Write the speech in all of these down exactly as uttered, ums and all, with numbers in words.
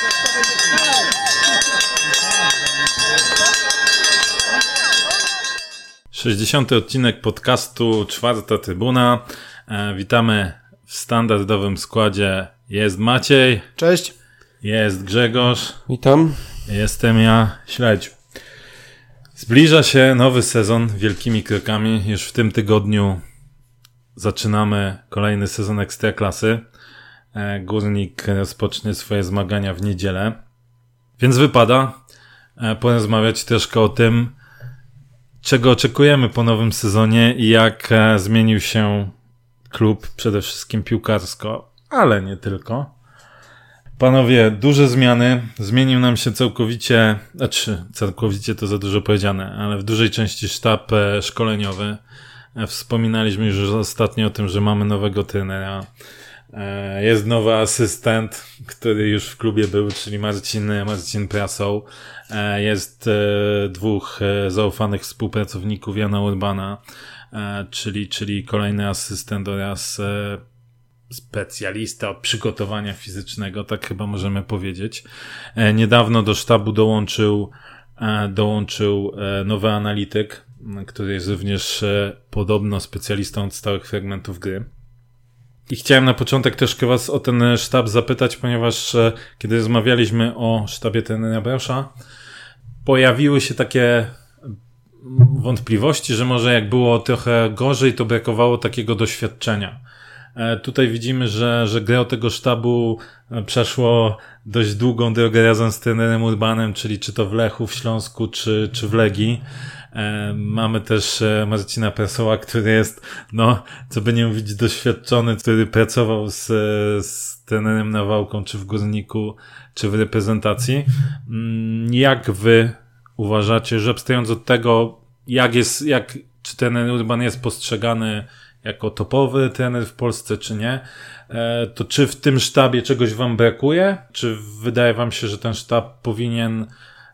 sześćdziesiąty odcinek podcastu Czwarta Trybuna. E, witamy w standardowym składzie. Jest Maciej. Cześć. Jest Grzegorz. Witam. Jestem ja, Śledziu. Zbliża się nowy sezon wielkimi krokami. Już w tym tygodniu zaczynamy kolejny sezon Ekstraklasy. E, Górnik rozpocznie swoje zmagania w niedzielę. Więc wypada e, porozmawiać troszkę o tym, czego oczekujemy po nowym sezonie i jak e, zmienił się klub, przede wszystkim piłkarsko, ale nie tylko. Panowie, duże zmiany. Zmienił nam się całkowicie, znaczy całkowicie to za dużo powiedziane, ale w dużej części sztab e, szkoleniowy. E, wspominaliśmy już ostatnio o tym, że mamy nowego trenera. E, jest nowy asystent, który już w klubie był, czyli Marcin, Marcin Prasoł. E, jest e, dwóch e, zaufanych współpracowników Jana Urbana, e, czyli, czyli kolejny asystent oraz e, specjalista od przygotowania fizycznego, tak chyba możemy powiedzieć. E, niedawno do sztabu dołączył, e, dołączył e, nowy analityk, który jest również e, podobno specjalistą od stałych fragmentów gry. I chciałem na początek troszkę was o ten sztab zapytać, ponieważ e, kiedy rozmawialiśmy o sztabie trenera Brosza, pojawiły się takie wątpliwości, że może jak było trochę gorzej, to brakowało takiego doświadczenia. E, tutaj widzimy, że, że grę tego sztabu przeszło dość długą drogę razem z trenerem Urbanem, czyli czy to w Lechu, w Śląsku, czy, czy w Legii. E, mamy też e, Marcina Prasoła, który jest, no, co by nie mówić, doświadczony, który pracował z, z trenerem Nawałką, czy w Górniku, czy w reprezentacji. Mm, jak wy uważacie, że abstrahując od tego, jak jest, jak, czy trener Urban jest postrzegany jako topowy trener w Polsce, czy nie, e, to czy w tym sztabie czegoś wam brakuje? Czy wydaje wam się, że ten sztab powinien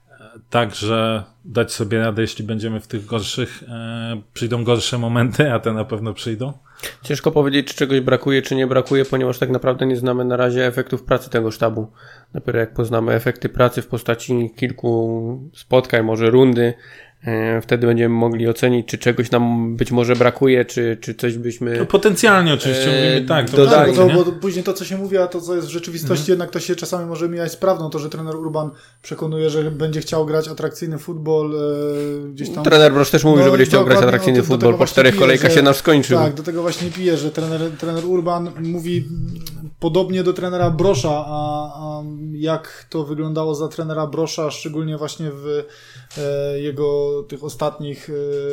także dać sobie radę, jeśli będziemy w tych gorszych, e, przyjdą gorsze momenty, a te na pewno przyjdą? Ciężko powiedzieć, czy czegoś brakuje, czy nie brakuje, ponieważ tak naprawdę nie znamy na razie efektów pracy tego sztabu. Dopiero jak poznamy efekty pracy w postaci kilku spotkań, może rundy, e, wtedy będziemy mogli ocenić, czy czegoś nam być może brakuje, czy, czy coś byśmy... No potencjalnie oczywiście e, mówimy tak. To dodali, tak, bo, to, bo później to, co się mówi, a to, co jest w rzeczywistości, mhm. jednak to się czasami może mijać z prawdą. To, że trener Urban przekonuje, że będzie chciał grać atrakcyjny futbol e, gdzieś tam... Trener Brosz też mówi, no, że będzie chciał grać atrakcyjny tym, futbol. Po czterech pije, kolejkach że, się nasz skończył. Tak, do tego właśnie pije, że trener, trener Urban mówi podobnie do trenera Brosza, a, a jak to wyglądało za trenera Brosza, szczególnie właśnie w e, jego tych ostatnich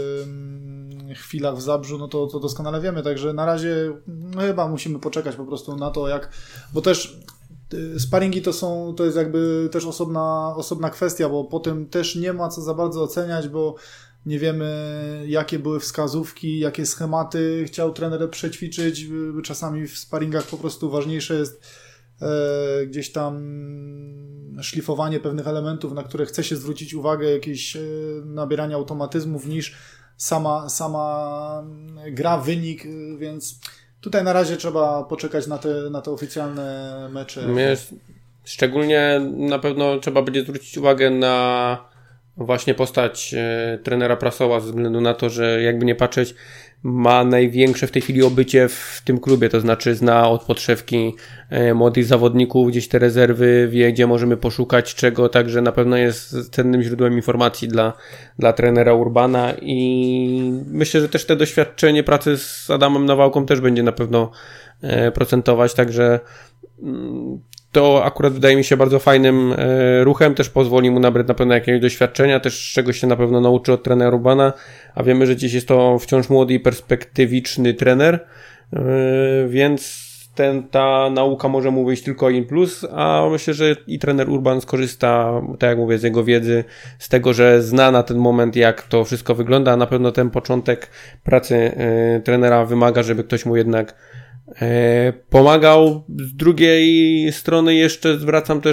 e, chwilach w Zabrzu, no to, to doskonale wiemy, także na razie no, chyba musimy poczekać po prostu na to, jak, bo też e, sparingi to są, to jest jakby też osobna, osobna kwestia, bo potem też nie ma co za bardzo oceniać, bo nie wiemy, jakie były wskazówki, jakie schematy chciał trener przećwiczyć. Czasami w sparingach po prostu ważniejsze jest e, gdzieś tam szlifowanie pewnych elementów, na które chce się zwrócić uwagę, jakieś e, nabieranie automatyzmów niż sama, sama gra, wynik, więc tutaj na razie trzeba poczekać na te, na te oficjalne mecze. Mnie szczególnie na pewno trzeba będzie zwrócić uwagę na właśnie postać e, trenera Prasoła, ze względu na to, że jakby nie patrzeć, ma największe w tej chwili obycie w tym klubie, to znaczy zna od podszewki e, młodych zawodników, gdzieś te rezerwy, wie gdzie możemy poszukać czego, także na pewno jest cennym źródłem informacji dla, dla trenera Urbana i myślę, że też te doświadczenie pracy z Adamem Nawałką też będzie na pewno e, procentować, także mm, to akurat wydaje mi się bardzo fajnym e, ruchem, też pozwoli mu nabrać na pewno jakiegoś doświadczenia, też czegoś się na pewno nauczy od trenera Urbana, a wiemy, że dziś jest to wciąż młody i perspektywiczny trener, e, więc ten, ta nauka może mu wyjść tylko in plus, a myślę, że i trener Urban skorzysta, tak jak mówię, z jego wiedzy, z tego, że zna na ten moment, jak to wszystko wygląda, a na pewno ten początek pracy e, trenera wymaga, żeby ktoś mu jednak pomagał. Z drugiej strony jeszcze zwracam też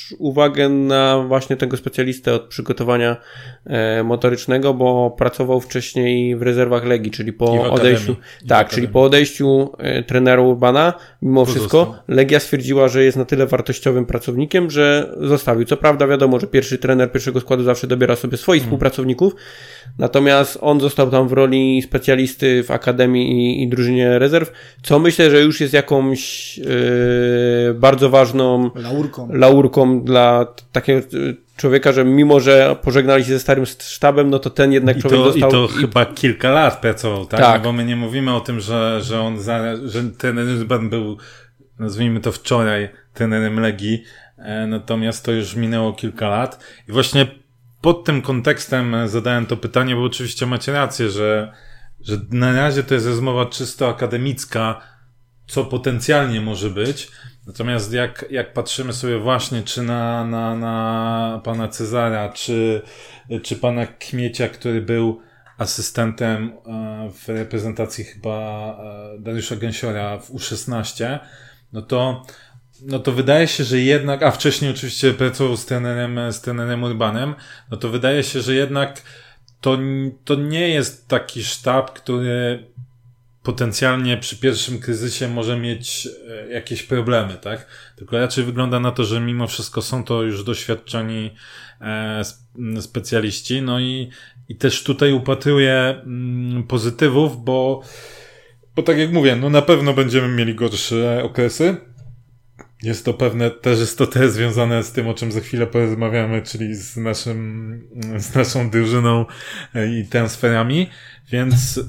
uwagę na właśnie tego specjalistę od przygotowania e, motorycznego, bo pracował wcześniej w rezerwach Legii, czyli po odejściu, tak, czyli po odejściu e, trenera Urbana, mimo to wszystko został. Legia stwierdziła, że jest na tyle wartościowym pracownikiem, że zostawił. Co prawda wiadomo, że pierwszy trener pierwszego składu zawsze dobiera sobie swoich hmm. współpracowników, natomiast on został tam w roli specjalisty w Akademii i, i drużynie rezerw, co myślę, że już jest jakąś e, bardzo ważną laurką. laurką dla takiego człowieka, że mimo, że pożegnali się ze starym sztabem, no to ten jednak I człowiek to, został... I to i... chyba kilka lat pracował, tak? tak. No bo my nie mówimy o tym, że, że on, za, że ten Urban był, nazwijmy to wczoraj, trenerem Legii, e, natomiast to już minęło kilka lat i właśnie pod tym kontekstem zadałem to pytanie, bo oczywiście macie rację, że, że na razie to jest rozmowa czysto akademicka, co potencjalnie może być. Natomiast jak, jak patrzymy sobie właśnie czy na, na, na pana Cezara, czy, czy pana Kmiecia, który był asystentem w reprezentacji chyba Dariusza Gęsiora w U szesnaście, no to, no to wydaje się, że jednak, a wcześniej oczywiście pracował z trenerem, z trenerem Urbanem, no to wydaje się, że jednak to, to nie jest taki sztab, który potencjalnie przy pierwszym kryzysie może mieć jakieś problemy, tak? Tylko raczej wygląda na to, że mimo wszystko są to już doświadczeni e, specjaliści, no i, i też tutaj upatruję mm, pozytywów, bo, bo tak jak mówię, no na pewno będziemy mieli gorsze okresy. Jest to pewne, też jest to też związane z tym, o czym za chwilę porozmawiamy, czyli z naszym, z naszą drużyną i transferami, więc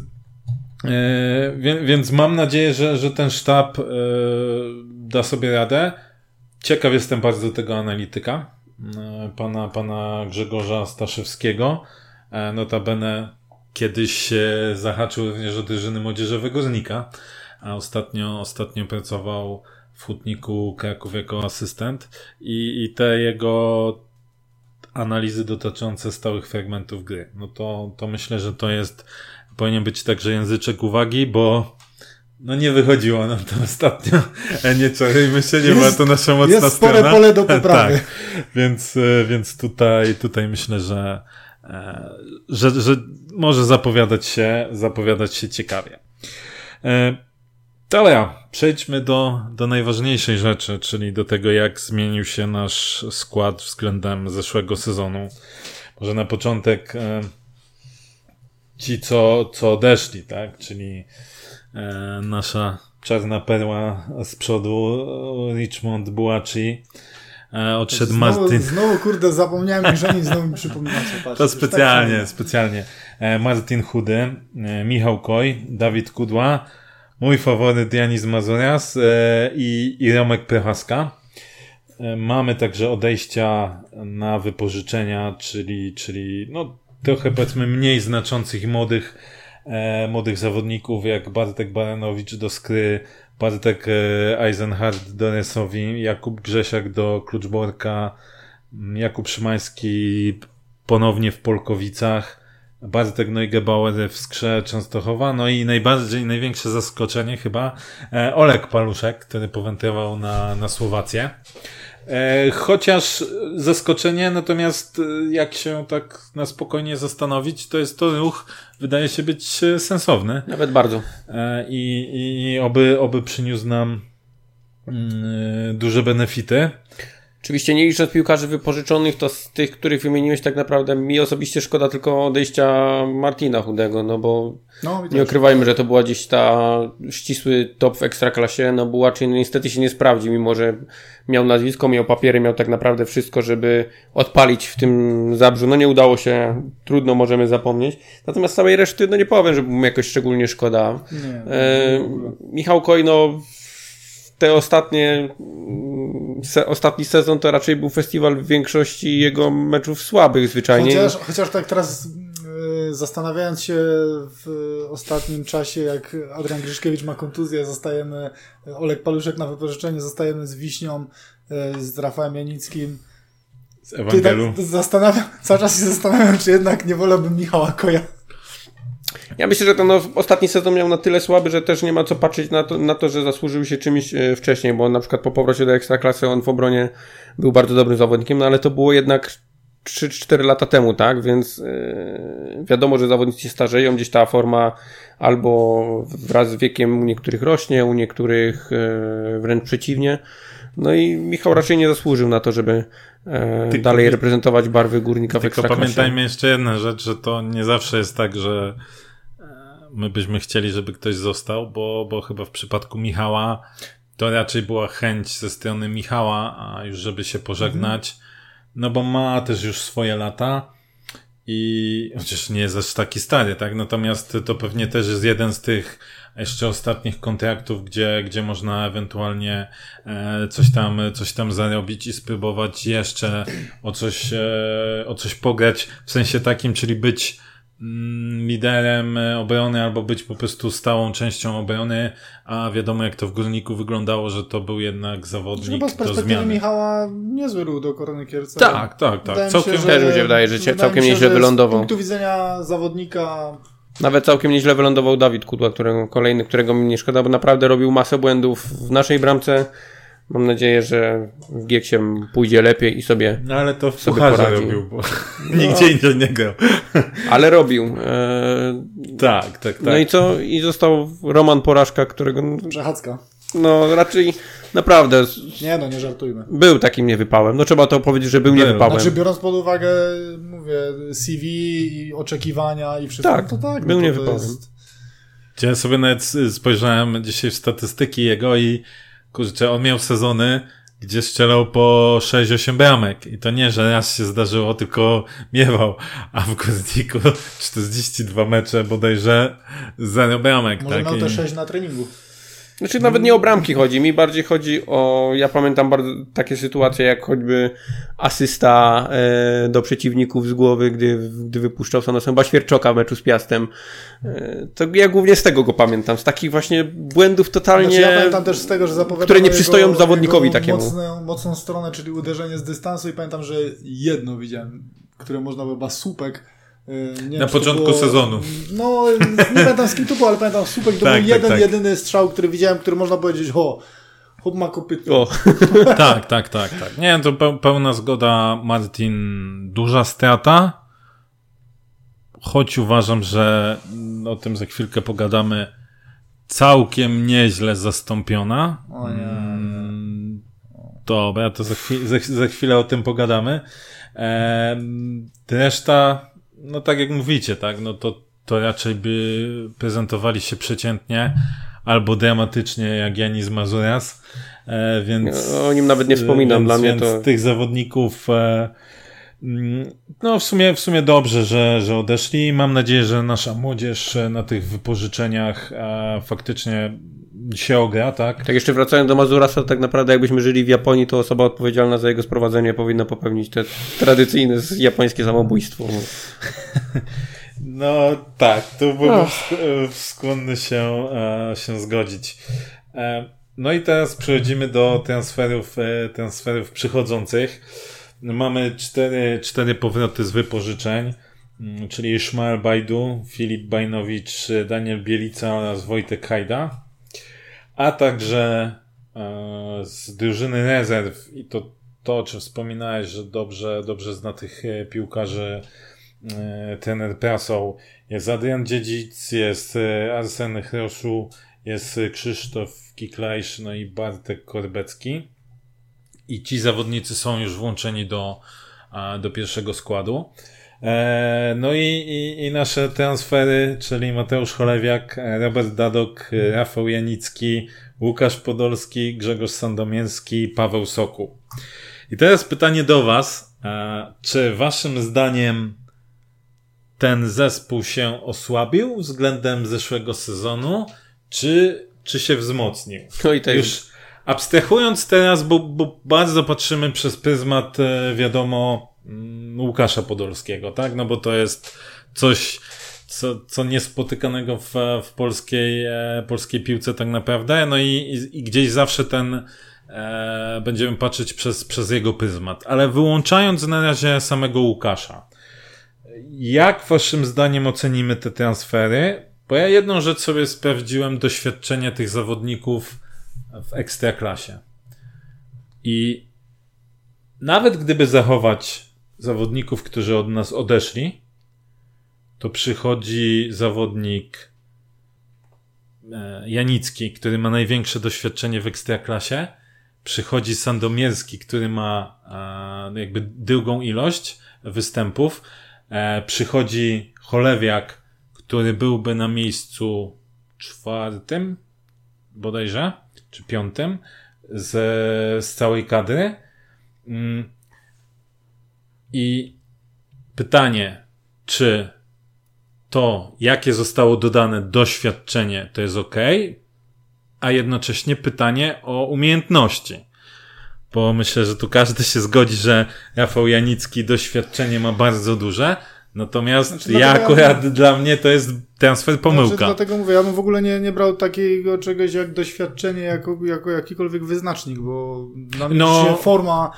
Yy, więc, więc mam nadzieję, że, że ten sztab yy, da sobie radę. Ciekaw jestem bardzo tego analityka, yy, pana, pana Grzegorza Staszewskiego. Yy, notabene kiedyś się zahaczył również o drużyny młodzieżowego Znika, a ostatnio, ostatnio pracował w Hutniku Kraków jako asystent i, i te jego analizy dotyczące stałych fragmentów gry. No to, to myślę, że to jest powinien być także języczek uwagi, bo no nie wychodziło nam to ostatnio. Nie czarujmy się, nie jest, była to nasza mocna jest strona. Jest spore pole do poprawy. Tak. Więc, więc tutaj, tutaj myślę, że, że, że może zapowiadać się, zapowiadać się ciekawie. Dobra, przejdźmy do, do najważniejszej rzeczy, czyli do tego, jak zmienił się nasz skład względem zeszłego sezonu. Może na początek ci, co, co odeszli, tak? Czyli e, nasza czarna perła z przodu, Richmond Buaci, e, odszedł znowu, Martin. Znowu, kurde, zapomniałem, że nie znowu mi przypominacie. Patrz, to specjalnie, tak specjalnie. E, Martin Chudy, e, Michał Koj, Dawid Kudła, mój faworyt Janis Mazurias e, i, i Romek Prochaska. E, mamy także odejścia na wypożyczenia, czyli, czyli no trochę powiedzmy mniej znaczących i młodych, e, młodych zawodników jak Bartek Baranowicz do Skry, Bartek e, Eisenhardt do Resowi, Jakub Grzesiak do Kluczborka, Jakub Szymański ponownie w Polkowicach, Bartek Neugebauer w Skrze Częstochowa, no i najbardziej, największe zaskoczenie chyba e, Olek Paluszek, który powędrował na, na Słowację. E, chociaż zaskoczenie, natomiast jak się tak na spokojnie zastanowić, to jest to ruch, wydaje się być sensowny. Nawet bardzo. E, i, I oby, oby przyniósł nam y, duże benefity. Oczywiście nie licząc piłkarzy wypożyczonych, to z tych, których wymieniłeś, tak naprawdę mi osobiście szkoda tylko odejścia Martina Chudego, no bo no, nie ukrywajmy, że to była gdzieś ta ścisły top w Ekstraklasie, no Bułaczy no, niestety się nie sprawdzi, mimo że miał nazwisko, miał papiery, miał tak naprawdę wszystko, żeby odpalić w tym Zabrzu. No nie udało się, trudno możemy zapomnieć. Natomiast samej reszty, no nie powiem, że mu jakoś szczególnie szkoda. Nie, e, Michał Koj, no te ostatnie se, ostatni sezon to raczej był festiwal w większości jego meczów słabych zwyczajnie. Chociaż, chociaż tak teraz yy, zastanawiając się w ostatnim czasie, jak Adrian Grzyszkiewicz ma kontuzję, zostajemy, Olek Paluszek na wypożyczenie, zostajemy z Wiśnią, yy, z Rafałem Janickim. Z Ewangelu. Tak zastanawiam, cały czas się zastanawiam, czy jednak nie wolałbym Michała Koja. Ja myślę, że ten no, ostatni sezon miał na tyle słaby, że też nie ma co patrzeć na to, na to że zasłużył się czymś e, wcześniej, bo na przykład po powrocie do Ekstraklasy on w obronie był bardzo dobrym zawodnikiem, no ale to było jednak trzy cztery lata temu, tak? Więc e, wiadomo, że zawodnicy się starzeją, gdzieś ta forma albo wraz z wiekiem u niektórych rośnie, u niektórych e, wręcz przeciwnie. No i Michał raczej nie zasłużył na to, żeby e, tylko, dalej reprezentować barwy Górnika w Ekstraklasie. Tylko pamiętajmy jeszcze jedną rzecz, że to nie zawsze jest tak, że my byśmy chcieli, żeby ktoś został, bo, bo chyba w przypadku Michała to raczej była chęć ze strony Michała, a już żeby się pożegnać, no bo ma też już swoje lata i chociaż nie jest aż taki stary, tak? Natomiast to pewnie też jest jeden z tych jeszcze ostatnich kontraktów, gdzie, gdzie można ewentualnie e, coś tam, coś tam zarobić i spróbować jeszcze o coś, e, o coś pograć, w sensie takim, czyli być mm, liderem obrony albo być po prostu stałą częścią obrony, a wiadomo jak to w Górniku wyglądało, że to był jednak zawodnik Chyba z do perspektywy zmiany. Michała niezły ruch do Korony Kielce. Tak, tak, tak. Całkiem, się, że, też mi się wydaje, że cię całkiem nieźle wylądował. Z punktu widzenia zawodnika... Nawet całkiem nieźle wylądował Dawid Kudła, którego, kolejny, którego mi nie szkoda, bo naprawdę robił masę błędów w naszej bramce. Mam nadzieję, że w Gieksie pójdzie lepiej i sobie No ale to w sobie pucharze poradzi. robił, bo no. nigdzie indziej nie grał. Ale robił. E... Tak, tak, tak. No i co? I został Roman Porażka, którego... Przechadzka. No raczej naprawdę... Nie no, nie żartujmy. Był takim niewypałem. No trzeba to powiedzieć, że był, był. niewypałem. Znaczy biorąc pod uwagę, mówię, C V i oczekiwania i wszystko, tak, to tak. był no to niewypałem. to jest... Ja sobie nawet spojrzałem dzisiaj w statystyki jego i kurczę, on miał sezony, gdzie strzelał po sześć osiem bramek. I to nie, że raz się zdarzyło, tylko miewał. A w Górniku czterdzieści dwa mecze bodajże zero bramek. Może tak? miał I... te sześć na treningu. Znaczy nawet nie o bramki chodzi, mi bardziej chodzi o, ja pamiętam bardzo takie sytuacje jak choćby asysta e, do przeciwników z głowy, gdy, gdy wypuszczał Sonosa Świerczoka w meczu z Piastem. E, to ja głównie z tego go pamiętam, z takich właśnie błędów totalnie, znaczy, ja pamiętam też z tego, że zapowiadano które nie przystoją jego, zawodnikowi jego takiemu. Mocną, mocną stronę, czyli uderzenie z dystansu i pamiętam, że jedno widziałem, które można by chyba słupek. Nie na wiem, początku było, sezonu. No, nie pamiętam z kim to było, ale pamiętam słupek, to tak, był jeden, tak, tak. jedyny strzał, który widziałem, który można powiedzieć, ho, chłop ma kopytło. tak, tak, tak, tak. Nie, to pe- pełna zgoda, Martin, duża strata, choć uważam, że o tym za chwilkę pogadamy, całkiem nieźle zastąpiona. O nie, nie. Dobra, to za, chwil- za, za chwilę o tym pogadamy. Eee, reszta, no tak jak mówicie, tak, no to, to raczej by prezentowali się przeciętnie albo dramatycznie jak Janis Mazuras, e, więc... O nim nawet nie wspominam, więc, dla mnie więc to... tych zawodników e, no w sumie, w sumie dobrze, że, że odeszli. Mam nadzieję, że nasza młodzież na tych wypożyczeniach e, faktycznie się ogra, tak? Tak jeszcze wracając do Mazurasa, tak naprawdę jakbyśmy żyli w Japonii, to osoba odpowiedzialna za jego sprowadzenie powinna popełnić te tradycyjne japońskie samobójstwo. No tak, tu byłbym skłonny się, się zgodzić. No i teraz przechodzimy do transferów, transferów przychodzących. Mamy cztery, cztery powroty z wypożyczeń, czyli Ismael Bajdu, Filip Bajnowicz, Daniel Bielica oraz Wojtek Hajda, a także z drużyny rezerw, i to, to o czym wspominałeś, że dobrze, dobrze zna tych piłkarzy trener Prasą. Jest Adrian Dziedzic, jest Arsen Chroszu, jest Krzysztof Kiklajsz, no i Bartek Korbecki. I ci zawodnicy są już włączeni do, do pierwszego składu. No i, i, i nasze transfery, czyli Mateusz Cholewiak, Robert Dadok, Rafał Janicki, Łukasz Podolski, Grzegorz Sandomierski, Paweł Sokół. I teraz pytanie do was. Czy waszym zdaniem ten zespół się osłabił względem zeszłego sezonu, czy, czy się wzmocnił? No i to już jest... abstrahując teraz, bo, bo bardzo patrzymy przez pryzmat, wiadomo, Łukasza Podolskiego, tak? No bo to jest coś, co, co niespotykanego w, w polskiej, e, polskiej piłce tak naprawdę. No i, i, i gdzieś zawsze ten e, będziemy patrzeć przez, przez jego pryzmat. Ale wyłączając na razie samego Łukasza, jak waszym zdaniem ocenimy te transfery? Bo ja jedną rzecz sobie sprawdziłem, doświadczenie tych zawodników w Ekstraklasie. I nawet gdyby zachować zawodników, którzy od nas odeszli, to przychodzi zawodnik Janicki, który ma największe doświadczenie w Ekstraklasie, przychodzi Sandomierski, który ma e, jakby drugą ilość występów, e, przychodzi Cholewiak, który byłby na miejscu czwartym bodajże, czy piątym z, z całej kadry. Mm. I pytanie, czy to, jakie zostało dodane doświadczenie, to jest ok, a jednocześnie pytanie o umiejętności. Bo myślę, że tu każdy się zgodzi, że Rafał Janicki doświadczenie ma bardzo duże, natomiast znaczy, ja akurat ja... dla mnie to jest transfer pomyłka. Znaczy, dlatego mówię, ja bym w ogóle nie, nie brał takiego czegoś jak doświadczenie jako, jako jakikolwiek wyznacznik, bo dla mnie no... forma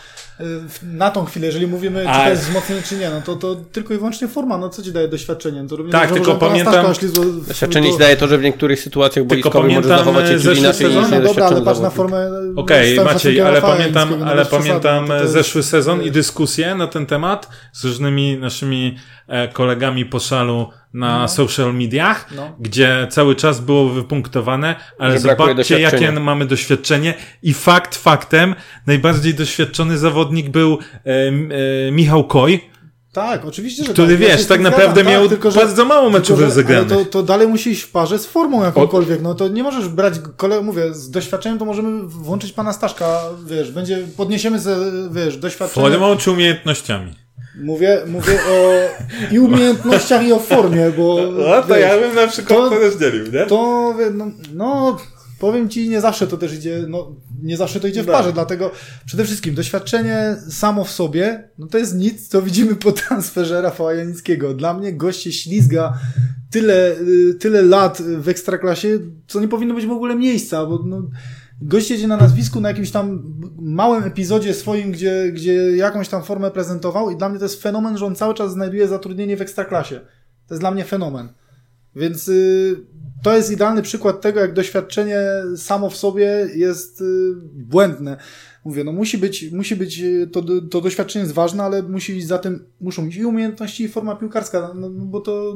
na tą chwilę, jeżeli mówimy, A... czy to jest wzmocnienie, czy nie, no to, to tylko i wyłącznie forma, no co ci daje doświadczenie? To tak, to, tylko pamiętam... Doświadczenie ci daje to, że w niektórych sytuacjach boiskowych możesz zachować się czuli inaczej niż no dobra, ale patrz na formę... Okej, okay, Maciej, ale pamiętam, no ale pamiętam no jest... zeszły sezon i dyskusję na ten temat z różnymi naszymi kolegami po szalu na no. social mediach, no. gdzie cały czas było wypunktowane, ale zobaczcie, jakie mamy doświadczenie i fakt faktem, najbardziej doświadczony zawodnik był e, e, Michał Koj, tak, oczywiście, że który tak. wiesz, ja tak naprawdę tak, miał tylko, że, bardzo mało meczów rozegranych. To, to dalej musi iść w parze z formą jakąkolwiek, no to nie możesz brać, kole, mówię, z doświadczeniem to możemy włączyć pana Staszka, wiesz, będzie, podniesiemy ze, wiesz, doświadczenie. Formą czy umiejętnościami? Mówię, mówię o i umiejętnościach i o formie, bo... No to wiesz, ja bym na przykład to, to rozdzielił, nie? To, no, no, powiem ci, nie zawsze to też idzie, no, nie zawsze to idzie w parze, no. Dlatego przede wszystkim doświadczenie samo w sobie, no to jest nic, co widzimy po transferze Rafała Janickiego. Dla mnie gość się ślizga tyle, tyle lat w Ekstraklasie, co nie powinno być w ogóle miejsca, bo no, gość jedzie na nazwisku na jakimś tam małym epizodzie swoim, gdzie, gdzie jakąś tam formę prezentował i dla mnie to jest fenomen, że on cały czas znajduje zatrudnienie w Ekstraklasie. To jest dla mnie fenomen. Więc y, to jest idealny przykład tego, jak doświadczenie samo w sobie jest y, błędne. Mówię, no musi być, musi być to, to doświadczenie jest ważne, ale musi iść za tym, muszą być i umiejętności, i forma piłkarska, no, no bo to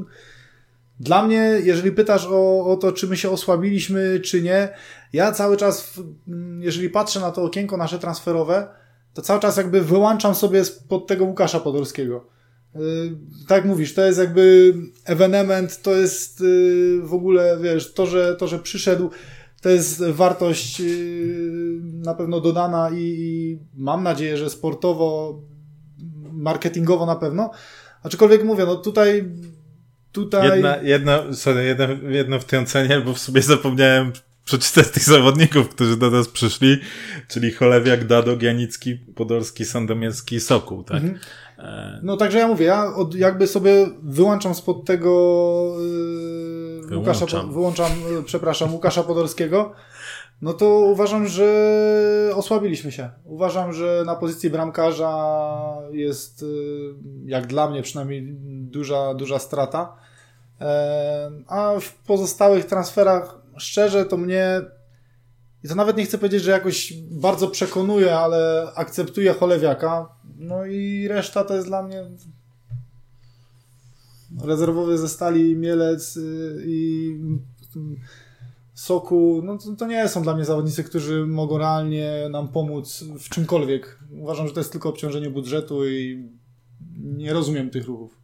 dla mnie, jeżeli pytasz o, o to, czy my się osłabiliśmy, czy nie, ja cały czas, jeżeli patrzę na to okienko nasze transferowe, to cały czas jakby wyłączam sobie spod tego Łukasza Podolskiego. Yy, tak jak mówisz, to jest jakby ewenement, to jest yy, w ogóle, wiesz, to, że, to, że przyszedł, to jest wartość yy, na pewno dodana i, i mam nadzieję, że sportowo, marketingowo na pewno. Aczkolwiek mówię, no tutaj Tutaj... Jedna, jedno, sorry, jedno, jedno wtrącenie, bo w sobie zapomniałem przeczytać tych zawodników, którzy do nas przyszli, czyli Cholewiak, Dadok, Janicki, Podolski, Sandomierski i Sokół, tak? Mhm. No także ja mówię, ja od, jakby sobie wyłączam spod tego yy, Łukasza, wyłączam, yy, przepraszam, Łukasza Podolskiego, no to uważam, że osłabiliśmy się. Uważam, że na pozycji bramkarza jest, yy, jak dla mnie przynajmniej, duża, duża strata. A w pozostałych transferach, szczerze, to mnie, i to nawet nie chcę powiedzieć, że jakoś bardzo przekonuje, ale akceptuję Cholewiaka. No i reszta to jest dla mnie rezerwowy ze Stali, Mielec i Sokół. No to, to nie są dla mnie zawodnicy, którzy mogą realnie nam pomóc w czymkolwiek. Uważam, że to jest tylko obciążenie budżetu i nie rozumiem tych ruchów.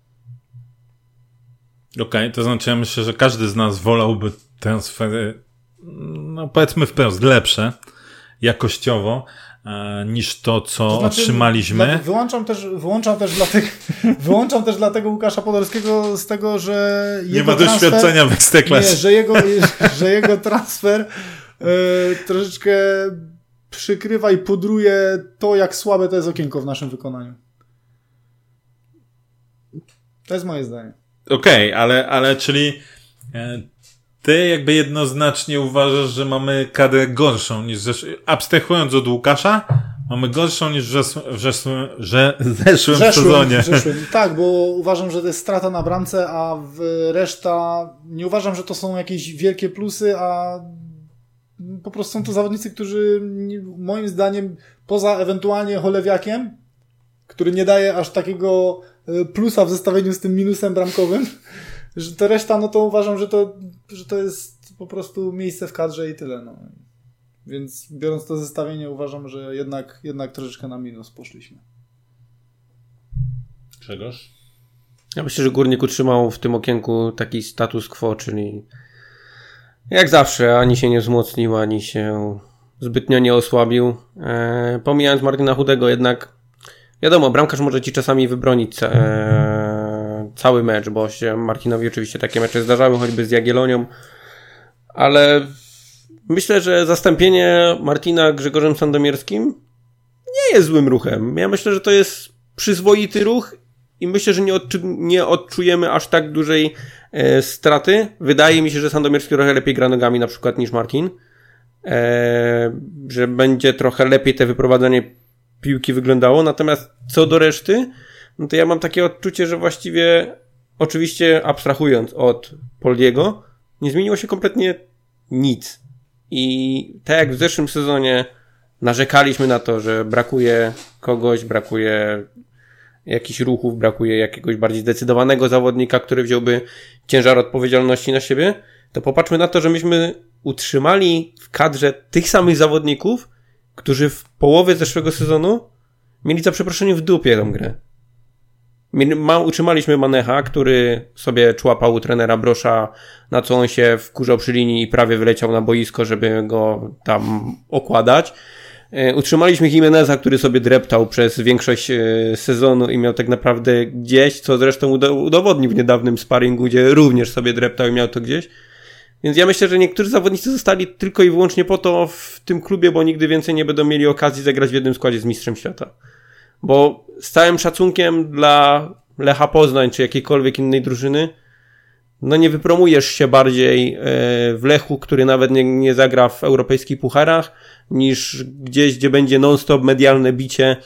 Okej, okay, to znaczy ja myślę, że każdy z nas wolałby transfery, no powiedzmy wprost, lepsze jakościowo e, niż to, co to znaczy, otrzymaliśmy. Dla, wyłączam też, wyłączam też dlatego, wyłączam też dlatego Łukasza Podolskiego z tego, że nie ma transfer, doświadczenia w Ekstraklasie. Nie, że jego, że jego transfer e, troszeczkę przykrywa i pudruje to, jak słabe to jest okienko w naszym wykonaniu. To jest moje zdanie. Okej, okay, ale, ale czyli e, ty jakby jednoznacznie uważasz, że mamy kadrę gorszą niż zesz... abstrahując od Łukasza, mamy gorszą niż w, zeszłym, w, zeszłym, że, zeszłym Zeszłym, sezonie. Zeszłym. Tak, bo uważam, że to jest strata na bramce, a w reszta nie uważam, że to są jakieś wielkie plusy, a po prostu są to zawodnicy, którzy moim zdaniem poza ewentualnie Cholewiakiem, który nie daje aż takiego plusa w zestawieniu z tym minusem bramkowym, że to reszta, no to uważam, że to, że to jest po prostu miejsce w kadrze i tyle. No. Więc biorąc to zestawienie, uważam, że jednak, jednak troszeczkę na minus poszliśmy. Grzegorz? Ja myślę, że Górnik utrzymał w tym okienku taki status quo, czyli jak zawsze, ani się nie wzmocnił, ani się zbytnio nie osłabił. Eee, pomijając Martina Chudego, jednak wiadomo, bramkarz może ci czasami wybronić ca- eee, cały mecz, bo się Martinowi oczywiście takie mecze zdarzały, choćby z Jagiellonią, ale myślę, że zastąpienie Martina Grzegorzem Sandomierskim nie jest złym ruchem. Ja myślę, że to jest przyzwoity ruch i myślę, że nie, odczu- nie odczujemy aż tak dużej e, straty. Wydaje mi się, że Sandomierski trochę lepiej gra nogami na przykład niż Martin. E, że będzie trochę lepiej te wyprowadzanie piłki wyglądało. Natomiast co do reszty, no to ja mam takie odczucie, że właściwie oczywiście abstrahując od Poldiego, nie zmieniło się kompletnie nic. I tak jak w zeszłym sezonie narzekaliśmy na to, że brakuje kogoś, brakuje jakichś ruchów, brakuje jakiegoś bardziej zdecydowanego zawodnika, który wziąłby ciężar odpowiedzialności na siebie, to popatrzmy na to, że myśmy utrzymali w kadrze tych samych zawodników, którzy w połowie zeszłego sezonu mieli za przeproszeniem w dupie tę grę. Ma, utrzymaliśmy Manecha, który sobie człapał u trenera Brosza, na co on się wkurzał przy linii i prawie wyleciał na boisko, żeby go tam okładać. E, utrzymaliśmy Jimeneza, który sobie dreptał przez większość e, sezonu i miał tak naprawdę gdzieś, co zresztą udo- udowodnił w niedawnym sparingu, gdzie również sobie dreptał i miał to gdzieś. Więc ja myślę, że niektórzy zawodnicy zostali tylko i wyłącznie po to w tym klubie, bo nigdy więcej nie będą mieli okazji zagrać w jednym składzie z mistrzem świata. Bo z całym szacunkiem dla Lecha Poznań czy jakiejkolwiek innej drużyny, no nie wypromujesz się bardziej w Lechu, który nawet nie, nie zagra w europejskich pucharach, niż gdzieś, gdzie będzie non-stop medialne bicie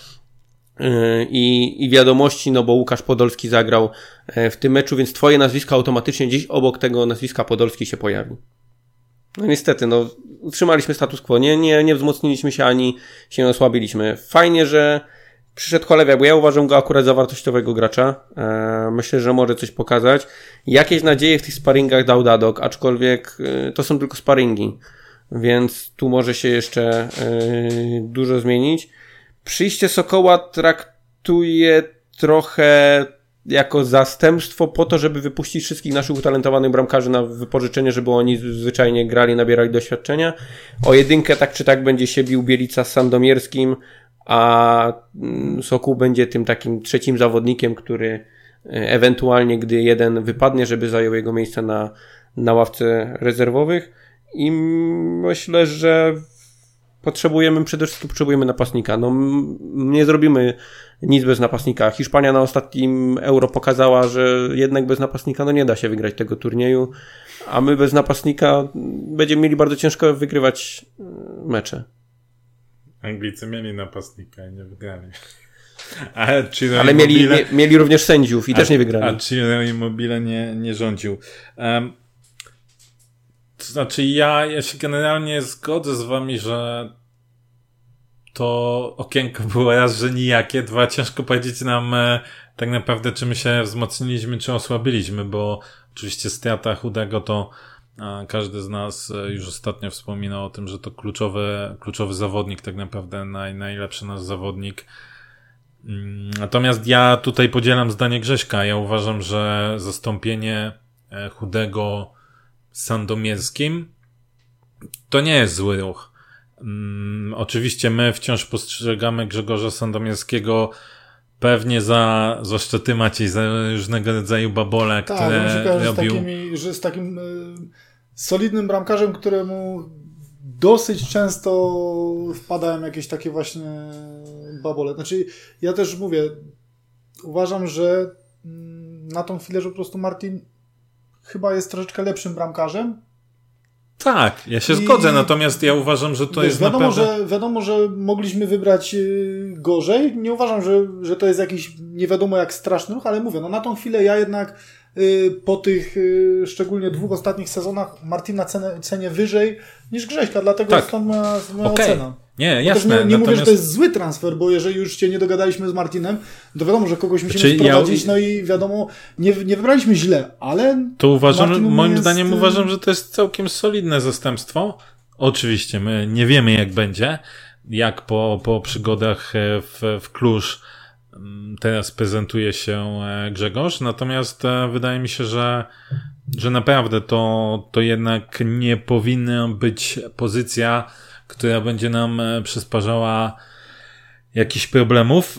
i, i wiadomości, no bo Łukasz Podolski zagrał w tym meczu, więc twoje nazwisko automatycznie gdzieś obok tego nazwiska Podolski się pojawi. No niestety, no utrzymaliśmy status quo, nie, nie, nie wzmocniliśmy się ani się osłabiliśmy. Fajnie, że przyszedł Cholewiak, bo ja uważam go akurat za wartościowego gracza. Eee, myślę, że może coś pokazać. Jakieś nadzieje w tych sparingach dał Dadok, aczkolwiek e, to są tylko sparingi, więc tu może się jeszcze e, dużo zmienić. Przyjście Sokoła traktuję trochę jako zastępstwo po to, żeby wypuścić wszystkich naszych utalentowanych bramkarzy na wypożyczenie, żeby oni zwyczajnie grali, nabierali doświadczenia. O jedynkę tak czy tak będzie się bił Bielica z Sandomierskim, a Sokół będzie tym takim trzecim zawodnikiem, który ewentualnie, gdy jeden wypadnie, żeby zajął jego miejsce na, na ławce rezerwowych. I myślę, że potrzebujemy, przede wszystkim potrzebujemy napastnika. No, nie zrobimy nic bez napastnika. Hiszpania na ostatnim Euro pokazała, że jednak bez napastnika no nie da się wygrać tego turnieju, a my bez napastnika będziemy mieli bardzo ciężko wygrywać mecze. Anglicy mieli napastnika i nie wygrali. A Ale mieli, mie, mieli również sędziów i a, też nie wygrali. A Ciro Immobile nie, nie rządził. Um, to znaczy ja, ja się generalnie zgodzę z wami, że to okienko było raz, że nijakie, dwa, ciężko powiedzieć nam e, tak naprawdę, czy my się wzmocniliśmy, czy osłabiliśmy, bo oczywiście strata Chudego to a każdy z nas już ostatnio wspominał o tym, że to kluczowy, kluczowy zawodnik, tak naprawdę naj, najlepszy nasz zawodnik. Natomiast ja tutaj podzielam zdanie Grześka. Ja uważam, że zastąpienie Chudego Sandomierskim to nie jest zły ruch. Um, oczywiście my wciąż postrzegamy Grzegorza Sandomierskiego pewnie za, za Szczety Maciej, za różnego rodzaju babole, tak, które mi się kojarzy robił. Z, takimi, że z takim y, solidnym bramkarzem, któremu dosyć często wpadają jakieś takie właśnie babole. Znaczy, ja też mówię, uważam, że na tą chwilę, że po prostu Martin chyba jest troszeczkę lepszym bramkarzem, Tak, ja się I, zgodzę, natomiast ja uważam, że to wiesz, jest wiadomo, naprawdę... że Wiadomo, że mogliśmy wybrać yy, gorzej. Nie uważam, że, że to jest jakiś nie wiadomo jak straszny ruch, ale mówię, no na tą chwilę ja jednak yy, po tych yy, szczególnie dwóch ostatnich sezonach Martina cenę, cenię wyżej niż Grześka, dlatego tak. jest stąd moja, moja okay. ocena. Nie, jasne. Nie, nie natomiast... mówię, że to jest zły transfer, bo jeżeli już się nie dogadaliśmy z Martinem, to wiadomo, że kogoś musimy Czyli wprowadzić, ja... no i wiadomo, nie, nie wybraliśmy źle, ale... To uważam, Martin moim jest... zdaniem uważam, że to jest całkiem solidne zastępstwo. Oczywiście my nie wiemy jak będzie, jak po, po przygodach w, w Kluż teraz prezentuje się Grzegorz, natomiast wydaje mi się, że, że naprawdę to, to jednak nie powinna być pozycja, która będzie nam przysparzała jakichś problemów.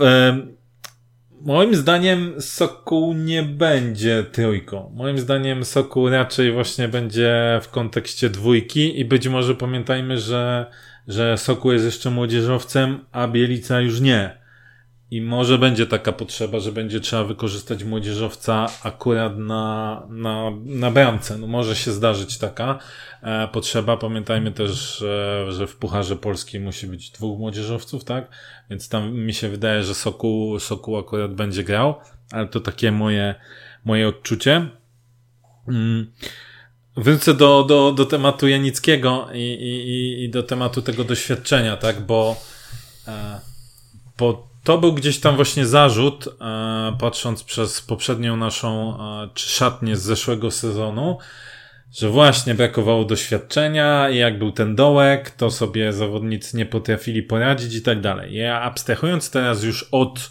Moim zdaniem Sokół nie będzie trójką. Moim zdaniem Sokół raczej właśnie będzie w kontekście dwójki i być może pamiętajmy, że, że Sokół jest jeszcze młodzieżowcem, a Bielica już nie. I może będzie taka potrzeba, że będzie trzeba wykorzystać młodzieżowca akurat na, na, na bramce. No może się zdarzyć taka e, potrzeba. Pamiętajmy też, e, że w Pucharze Polski musi być dwóch młodzieżowców, tak? Więc tam mi się wydaje, że Sokół, Sokół akurat będzie grał, ale to takie moje, moje odczucie. Mm. Wrócę do, do, do tematu Janickiego i, i, i do tematu tego doświadczenia, tak? Bo, e, bo to był gdzieś tam właśnie zarzut, e, patrząc przez poprzednią naszą e, czy szatnię z zeszłego sezonu, że właśnie brakowało doświadczenia i jak był ten dołek, to sobie zawodnicy nie potrafili poradzić i tak dalej. Ja abstrahując teraz już od,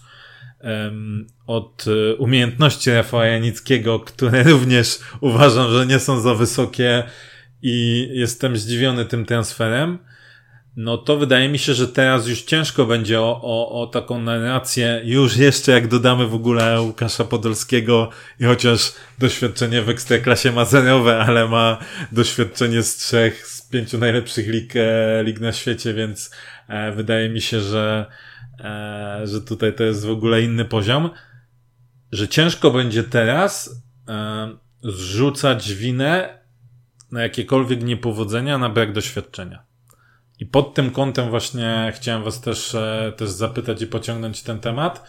um, od umiejętności Rafała Janickiego, które również uważam, że nie są za wysokie i jestem zdziwiony tym transferem, no to wydaje mi się, że teraz już ciężko będzie o, o, o taką narrację, już jeszcze jak dodamy w ogóle Łukasza Podolskiego i chociaż doświadczenie w Ekstraklasie ma zerowe, ale ma doświadczenie z trzech, z pięciu najlepszych lig, e, lig na świecie, więc e, wydaje mi się, że, e, że tutaj to jest w ogóle inny poziom, że ciężko będzie teraz e, zrzucać winę na jakiekolwiek niepowodzenia, na brak doświadczenia. I pod tym kątem właśnie chciałem was też, też zapytać i pociągnąć ten temat.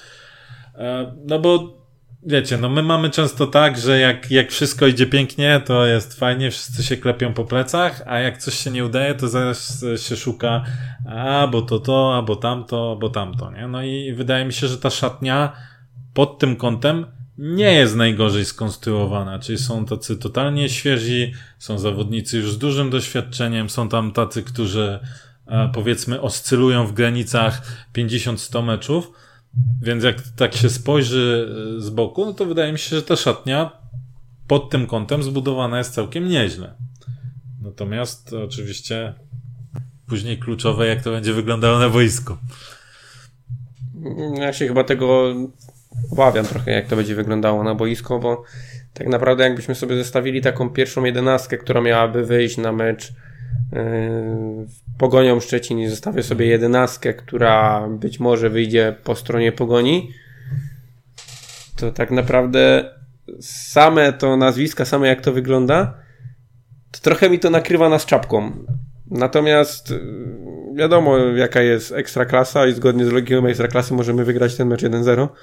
No bo wiecie, no my mamy często tak, że jak, jak wszystko idzie pięknie, to jest fajnie, wszyscy się klepią po plecach, a jak coś się nie udaje, to zaraz się szuka a, bo to to, albo tamto, bo tamto, nie? No i wydaje mi się, że ta szatnia pod tym kątem nie jest najgorzej skonstruowana, czyli są tacy totalnie świeżi, są zawodnicy już z dużym doświadczeniem, są tam tacy, którzy e, powiedzmy oscylują w granicach pięćdziesiąt sto meczów, więc jak tak się spojrzy z boku, no to wydaje mi się, że ta szatnia pod tym kątem zbudowana jest całkiem nieźle. Natomiast oczywiście później kluczowe, jak to będzie wyglądało na boisku. Ja się chyba tego obawiam trochę, jak to będzie wyglądało na boisko, bo tak naprawdę jakbyśmy sobie zestawili taką pierwszą jedenastkę, która miałaby wyjść na mecz yy, Pogonią Szczecin i zostawię sobie jedenastkę, która być może wyjdzie po stronie Pogoni, to tak naprawdę same to nazwiska, same jak to wygląda, to trochę mi to nakrywa nas czapką. Natomiast wiadomo, jaka jest Ekstraklasa i zgodnie z logiką Ekstraklasy możemy wygrać ten mecz jeden zero.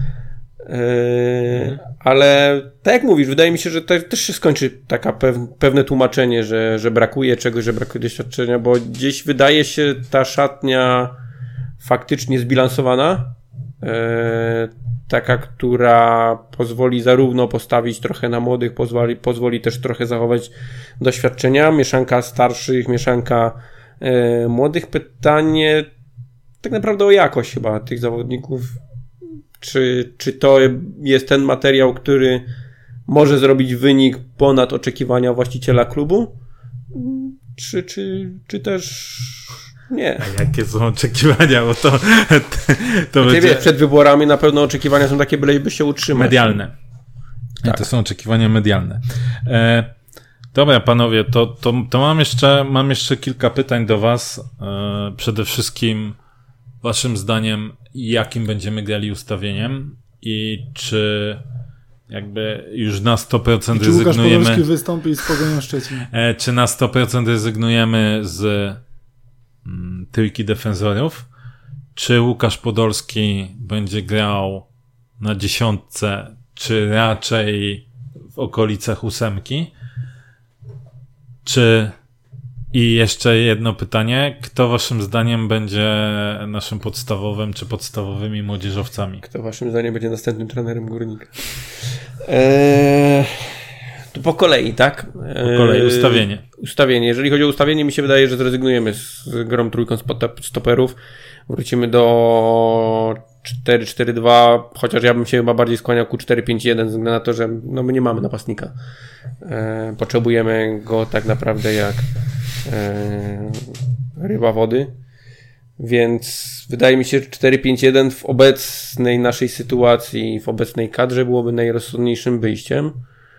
Yy, ale tak jak mówisz, wydaje mi się, że te, też się skończy taka pew, pewne tłumaczenie, że, że brakuje czegoś, że brakuje doświadczenia, bo gdzieś wydaje się ta szatnia faktycznie zbilansowana, yy, taka, która pozwoli zarówno postawić trochę na młodych, pozwoli, pozwoli też trochę zachować doświadczenia, mieszanka starszych, mieszanka yy, młodych. Pytanie tak naprawdę o jakość chyba tych zawodników. Czy, czy to jest ten materiał, który może zrobić wynik ponad oczekiwania właściciela klubu? Czy, czy, czy też nie? A jakie są oczekiwania? Bo to, to, to Ty będzie... wiesz, przed wyborami na pewno oczekiwania są takie, byleby się utrzymać. Medialne. Tak. To są oczekiwania medialne. E, dobra, panowie, to, to, to mam jeszcze, mam jeszcze kilka pytań do was. E, przede wszystkim waszym zdaniem, jakim będziemy grali ustawieniem i czy jakby już na sto procent I czy Łukasz rezygnujemy. Podolski wystąpi z Pogonią Szczecin? E, czy na sto procent rezygnujemy z mm, trójki defensorów? Czy Łukasz Podolski będzie grał na dziesiątce, czy raczej w okolicach ósemki? Czy i jeszcze jedno pytanie, kto waszym zdaniem będzie naszym podstawowym czy podstawowymi młodzieżowcami? Kto waszym zdaniem będzie następnym trenerem Górnika? Eee, to po kolei, tak? Eee, Po kolei, ustawienie. Ustawienie. Jeżeli chodzi o ustawienie, mi się wydaje, że zrezygnujemy z grą trójką stoperów. Wrócimy do cztery cztery dwa, chociaż ja bym się chyba bardziej skłaniał ku cztery pięć jeden, ze względu na to, że no my nie mamy napastnika. Eee, potrzebujemy go tak naprawdę jak eee, ryba wody. Więc wydaje mi się, że cztery pięć jeden w obecnej naszej sytuacji, w obecnej kadrze byłoby najrozsądniejszym wyjściem.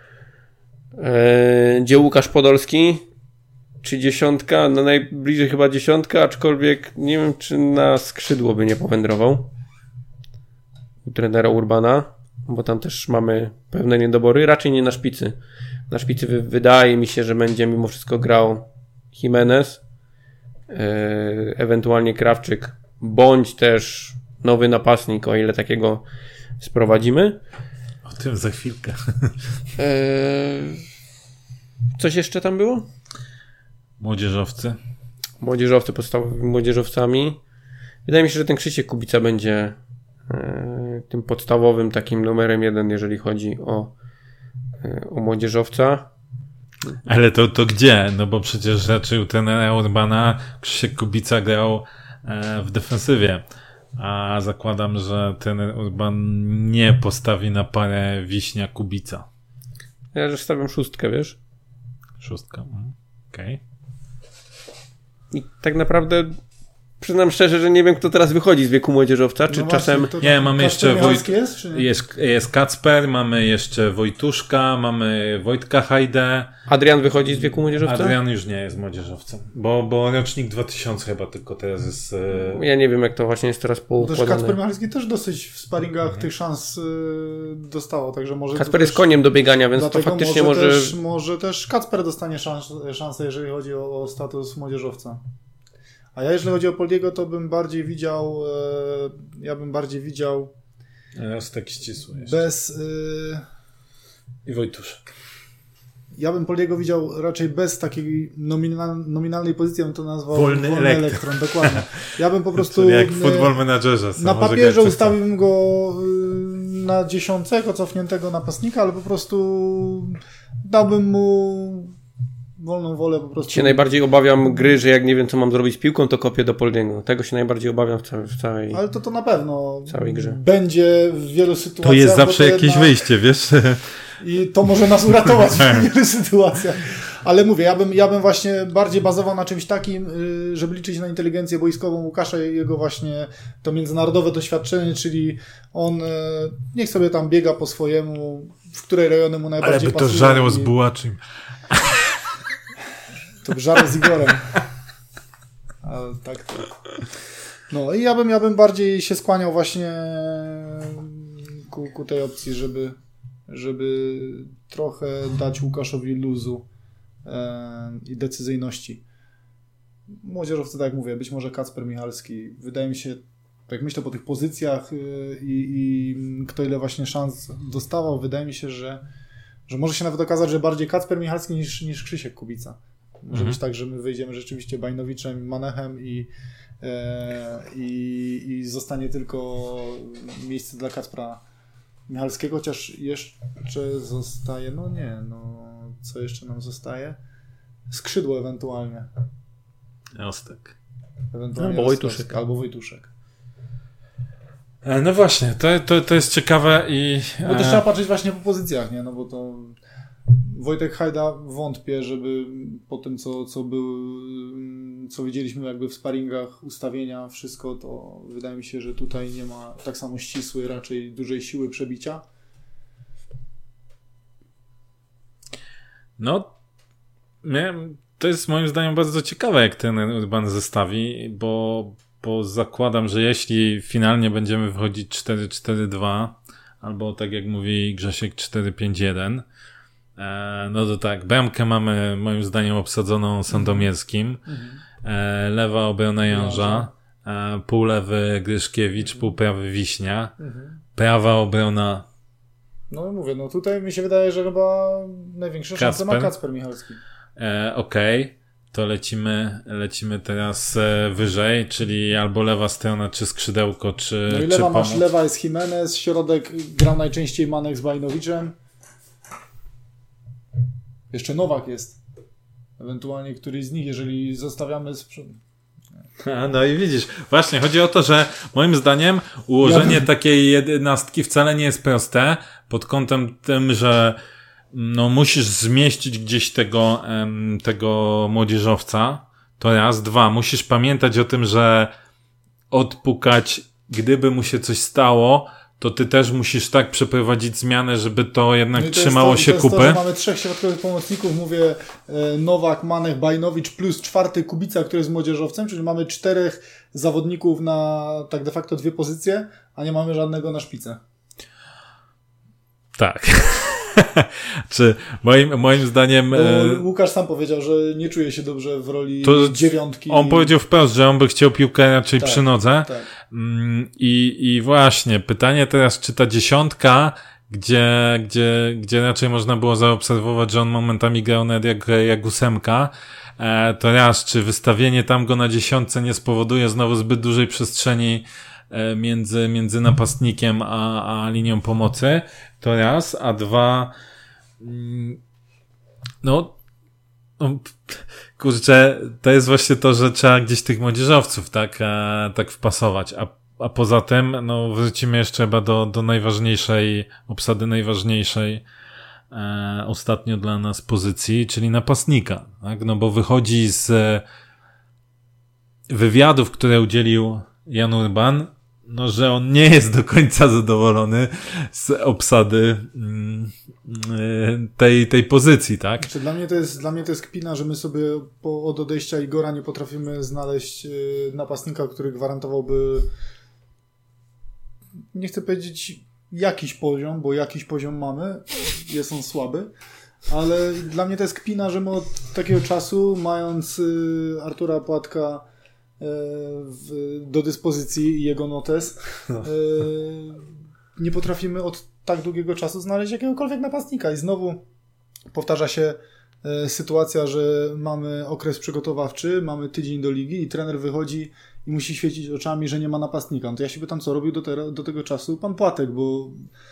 Eee, gdzie Łukasz Podolski? Czy dziesiątka? No najbliżej chyba dziesiątka, aczkolwiek nie wiem, czy na skrzydło by nie powędrował u trenera Urbana, bo tam też mamy pewne niedobory. Raczej nie na szpicy. Na szpicy wy- wydaje mi się, że będzie mimo wszystko grał Jimenez, yy, ewentualnie Krawczyk, bądź też nowy napastnik, o ile takiego sprowadzimy. O tym za chwilkę. Yy, coś jeszcze tam było? Młodzieżowcy. Młodzieżowcy podstawowymi młodzieżowcami. Wydaje mi się, że ten Krzysiek Kubica będzie e, tym podstawowym takim numerem jeden, jeżeli chodzi o, e, o młodzieżowca. Ale to, to gdzie? No bo przecież raczej u trenera Urbana Krzysiek Kubica grał e, w defensywie. A zakładam, że trener Urban nie postawi na parę Wiśnia Kubica. Ja też stawiam szóstkę, wiesz? Szóstka. Okej. Okay. I tak naprawdę przyznam szczerze, że nie wiem, kto teraz wychodzi z wieku młodzieżowca, czy No czasem... właśnie, to Nie, mamy jeszcze Wojt... jest, czy nie? Jest, jest Kacper, mamy jeszcze Wojtuszka, mamy Wojtka Hajdę. Adrian wychodzi z wieku młodzieżowca? Adrian już nie jest młodzieżowcem, bo, bo rocznik dwa tysiące chyba tylko teraz jest... E... Ja nie wiem, jak to właśnie jest teraz poukładane. Też Kacper Michalski też dosyć w sparingach mhm. tych szans y, dostało, także może... Kacper jest koniem do biegania, więc to faktycznie może... Może też, może też Kacper dostanie szans, szansę, jeżeli chodzi o, o status młodzieżowca. A ja, jeżeli chodzi o Poliego, to bym bardziej widział, e, ja bym bardziej widział Rostek ścisły jeszcze. bez... E, I Wojtuszek. Ja bym Poliego widział raczej bez takiej nominal, nominalnej pozycji, bym to nazwał wolny, wolny elektron. elektron. Dokładnie. Ja bym po prostu... jak w Football Managerze. Na papierze ustawiłbym go na dziesiątego cofniętego napastnika, ale po prostu dałbym mu wolną wolę po prostu. Się najbardziej obawiam gry, że jak nie wiem, co mam zrobić z piłką, to kopię do Poliego. Tego się najbardziej obawiam w całej, w całej Ale to to na pewno całej grze. Będzie w wielu sytuacjach. To jest zawsze to jakieś jednak... wyjście, wiesz? I to może nas uratować w wielu sytuacjach. Ale mówię, ja bym, ja bym właśnie bardziej bazował na czymś takim, żeby liczyć na inteligencję boiskową Łukasza i jego właśnie to międzynarodowe doświadczenie, czyli on niech sobie tam biega po swojemu, w której rejony mu najbardziej Ale by pasują. to żarło z Bułaczym. To by żarło z Igorem. Ale tak to. No i ja bym, ja bym bardziej się skłaniał właśnie ku, ku tej opcji, żeby żeby trochę dać Łukaszowi luzu e, i decyzyjności. Młodzieżowcy, tak jak mówię, być może Kacper Michalski. Wydaje mi się, jak myślę po tych pozycjach y, i kto ile właśnie szans dostawał, wydaje mi się, że, że może się nawet okazać, że bardziej Kacper Michalski niż, niż Krzysiek Kubica. Może mhm. być tak, że my wyjdziemy rzeczywiście Bajnowiczem, Manechem i, e, i, i zostanie tylko miejsce dla Kacpra Michalskiego, chociaż jeszcze zostaje, no nie, no co jeszcze nam zostaje? Skrzydło ewentualnie. Rostek. Ewentualnie albo Wojtuszek. Albo Wojtuszek. No właśnie, to, to, to jest ciekawe i... Bo też trzeba patrzeć właśnie po pozycjach, nie? No bo to Wojtek Hajda wątpię, żeby po tym, co, co był, co widzieliśmy jakby w sparingach, ustawienia, wszystko, to wydaje mi się, że tutaj nie ma tak samo ścisłej, raczej dużej siły przebicia. No, miałem, to jest moim zdaniem bardzo ciekawe, jak ten Urban zestawi, bo, bo zakładam, że jeśli finalnie będziemy wychodzić cztery cztery dwa, albo tak jak mówi Grzesiek cztery pięć jeden. E, no to tak, bramkę mamy moim zdaniem obsadzoną Sandomierskim, e, lewa obrona Jąża, e, pół lewy Gryszkiewicz, pół prawy Wiśnia, prawa obrona. No mówię, no tutaj mi się wydaje, że chyba największe szanse ma Kacper Michalski. E, Okej, okay. To lecimy, lecimy teraz e, wyżej, czyli albo lewa strona, czy skrzydełko, czy No i czy lewa pomoc. masz, lewa jest Jimenez, środek grał najczęściej Manek z Bajnowiczem. Jeszcze Nowak jest. Ewentualnie któryś z nich, jeżeli zostawiamy z przodu. No i widzisz, właśnie chodzi o to, że moim zdaniem ułożenie ja... takiej jedenastki wcale nie jest proste pod kątem tym, że no musisz zmieścić gdzieś tego, em, tego młodzieżowca, to raz, dwa, musisz pamiętać o tym, że odpukać, gdyby mu się coś stało, to ty też musisz tak przeprowadzić zmianę, żeby to jednak no to trzymało to, się to kupy. To, że mamy trzech środkowych pomocników, mówię e, Nowak, Manech, Bajnowicz plus czwarty Kubica, który jest młodzieżowcem, czyli mamy czterech zawodników na tak de facto dwie pozycje, a nie mamy żadnego na szpicę. Tak. Czy moim, moim zdaniem... Bo Łukasz sam powiedział, że nie czuje się dobrze w roli dziewiątki. On powiedział wprost, że on by chciał piłkę raczej tak, przy nodze. Tak. I, I właśnie, pytanie teraz, czy ta dziesiątka, gdzie, gdzie, gdzie raczej można było zaobserwować, że on momentami grał nawet jak, jak ósemka, to raz, czy wystawienie tam go na dziesiątce nie spowoduje znowu zbyt dużej przestrzeni między, między napastnikiem a, a linią pomocy, to raz, a dwa, no, no kurczę, to jest właśnie to, że trzeba gdzieś tych młodzieżowców tak, e, tak wpasować, a, a poza tym, no, wrócimy jeszcze chyba do, do najważniejszej, obsady najważniejszej e, ostatnio dla nas pozycji, czyli napastnika, tak, no bo wychodzi z wywiadów, które udzielił Jan Urban, no, że on nie jest do końca zadowolony z obsady tej, tej pozycji, tak? Znaczy, dla mnie to jest, dla mnie to jest kpina, że my sobie po, od odejścia Igora nie potrafimy znaleźć napastnika, który gwarantowałby, nie chcę powiedzieć jakiś poziom, bo jakiś poziom mamy, jest on słaby, ale dla mnie to jest kpina, że my od takiego czasu, mając Artura Płatka W, do dyspozycji jego notes, no. nie potrafimy od tak długiego czasu znaleźć jakiegokolwiek napastnika i znowu powtarza się sytuacja, że mamy okres przygotowawczy, mamy tydzień do ligi i trener wychodzi i musi świecić oczami, że nie ma napastnika. No to ja się pytam, co robił do, te, do tego czasu pan Płatek, bo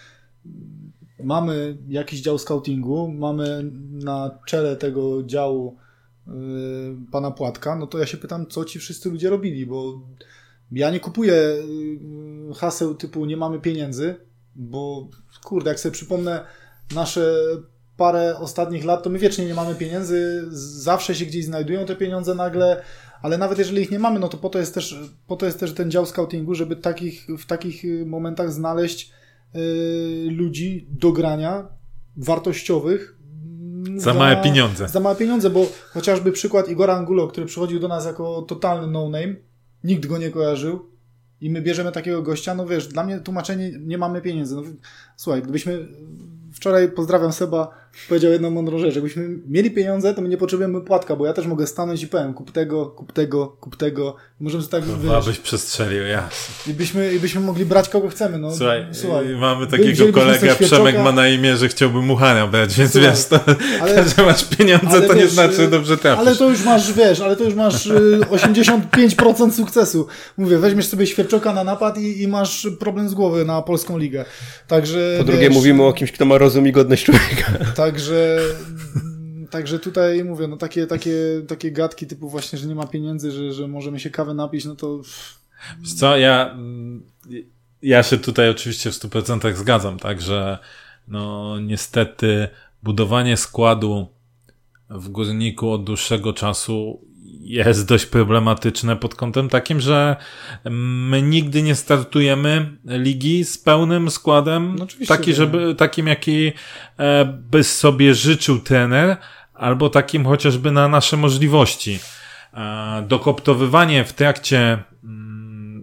mamy jakiś dział scoutingu, mamy na czele tego działu pana Płatka, no to ja się pytam, co ci wszyscy ludzie robili, bo ja nie kupuję haseł typu nie mamy pieniędzy, bo kurde, jak sobie przypomnę nasze parę ostatnich lat, to my wiecznie nie mamy pieniędzy, zawsze się gdzieś znajdują te pieniądze nagle, ale nawet jeżeli ich nie mamy, no to po to jest też, po to jest też ten dział scoutingu, żeby takich, w takich momentach znaleźć yy, ludzi do grania wartościowych, Za, za małe pieniądze. Za małe pieniądze, bo chociażby przykład Igora Angulo, który przychodził do nas jako totalny no-name, nikt go nie kojarzył i my bierzemy takiego gościa, no wiesz, dla mnie tłumaczenie nie mamy pieniędzy. No, słuchaj, gdybyśmy wczoraj, pozdrawiam Seba, powiedział jedną mądrą rzecz, jakbyśmy mieli pieniądze, to my nie potrzebujemy Płatka, bo ja też mogę stanąć i powiem, kup tego, kup tego, kup tego. Możemy sobie tak, no, abyś przestrzelił, jasne. I byśmy, I byśmy mogli brać kogo chcemy. No, słuchaj, słuchaj, mamy takiego kolegę, Przemek ma na imię, że chciałby Muchania brać, więc słuchaj, wiesz, to, ale, że masz pieniądze, to wiesz, nie znaczy, że dobrze trafisz. Ale to już masz, wiesz, ale to już masz osiemdziesiąt pięć procent sukcesu. Mówię, weźmiesz sobie Świerczoka na napad i, i masz problem z głowy na polską ligę. Także, po drugie wiesz, mówimy o kimś, kto ma rozum i godność człowieka. Także, także tutaj mówię, no takie, takie, takie gadki typu właśnie, że nie ma pieniędzy, że, że możemy się kawę napić, no to... Wiesz co, ja, ja się tutaj oczywiście w stu procentach zgadzam, tak, że no niestety budowanie składu w Górniku od dłuższego czasu jest dość problematyczne pod kątem takim, że my nigdy nie startujemy ligi z pełnym składem, no taki, żeby, takim, jaki by sobie życzył trener, albo takim chociażby na nasze możliwości. Dokoptowywanie w trakcie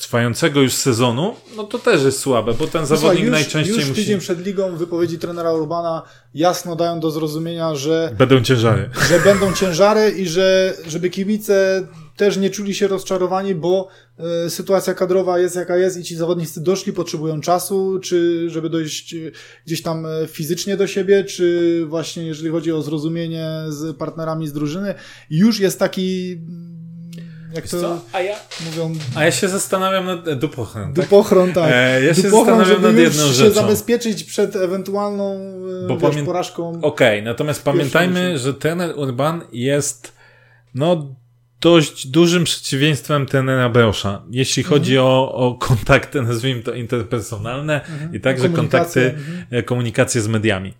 trwającego już sezonu, no to też jest słabe, bo ten zawodnik Słuchaj, już, najczęściej już musi... tydzień przed ligą wypowiedzi trenera Urbana jasno dają do zrozumienia, że Będą ciężary. że będą ciężary i że żeby kibice też nie czuli się rozczarowani, bo y, sytuacja kadrowa jest jaka jest i ci zawodnicy doszli, potrzebują czasu, czy żeby dojść y, gdzieś tam y, fizycznie do siebie, czy właśnie jeżeli chodzi o zrozumienie z partnerami z drużyny, już jest taki, jak to Co? A ja... mówią, A ja się zastanawiam nad... Dupochron, tak? dupochron, tak. E, ja się Dupochron, zastanawiam żeby nad już jedną się rzeczą. zabezpieczyć przed ewentualną Bo wiesz, pamię- porażką. Okej, okay, natomiast pamiętajmy, że trener Urban jest no dość dużym przeciwieństwem trenera Brosza. Jeśli mhm. chodzi o, o kontakty, nazwijmy to interpersonalne mhm. i także kontakty, mhm. komunikację z mediami.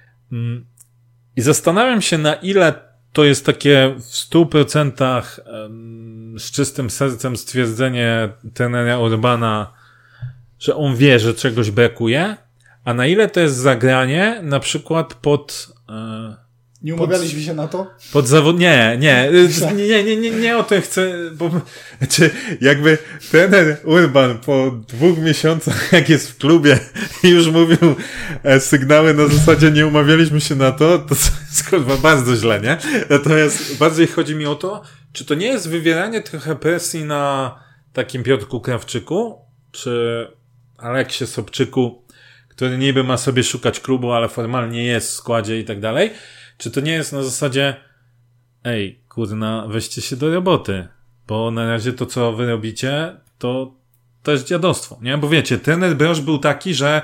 I zastanawiam się, na ile to jest takie w stu procentach um, z czystym sercem stwierdzenie trenera Urbana, że on wie, że czegoś brakuje, a na ile to jest zagranie na przykład pod... E, nie umawialiśmy pod, się na to? Pod zawod... Nie, nie, nie, nie, nie, nie o to chcę, bo czy jakby trener Urban po dwóch miesiącach, jak jest w klubie i już mówił e, sygnały na zasadzie nie umawialiśmy się na to, to jest kurwa bardzo źle, nie? Natomiast bardziej chodzi mi o to, czy to nie jest wywieranie trochę presji na takim Piotrku Krawczyku, czy Aleksie Sobczyku, który niby ma sobie szukać klubu, ale formalnie jest w składzie i tak dalej. Czy to nie jest na zasadzie ej, kurna, weźcie się do roboty, bo na razie to, co wy robicie, to też dziadostwo, nie? Bo wiecie, trener Brosz był taki, że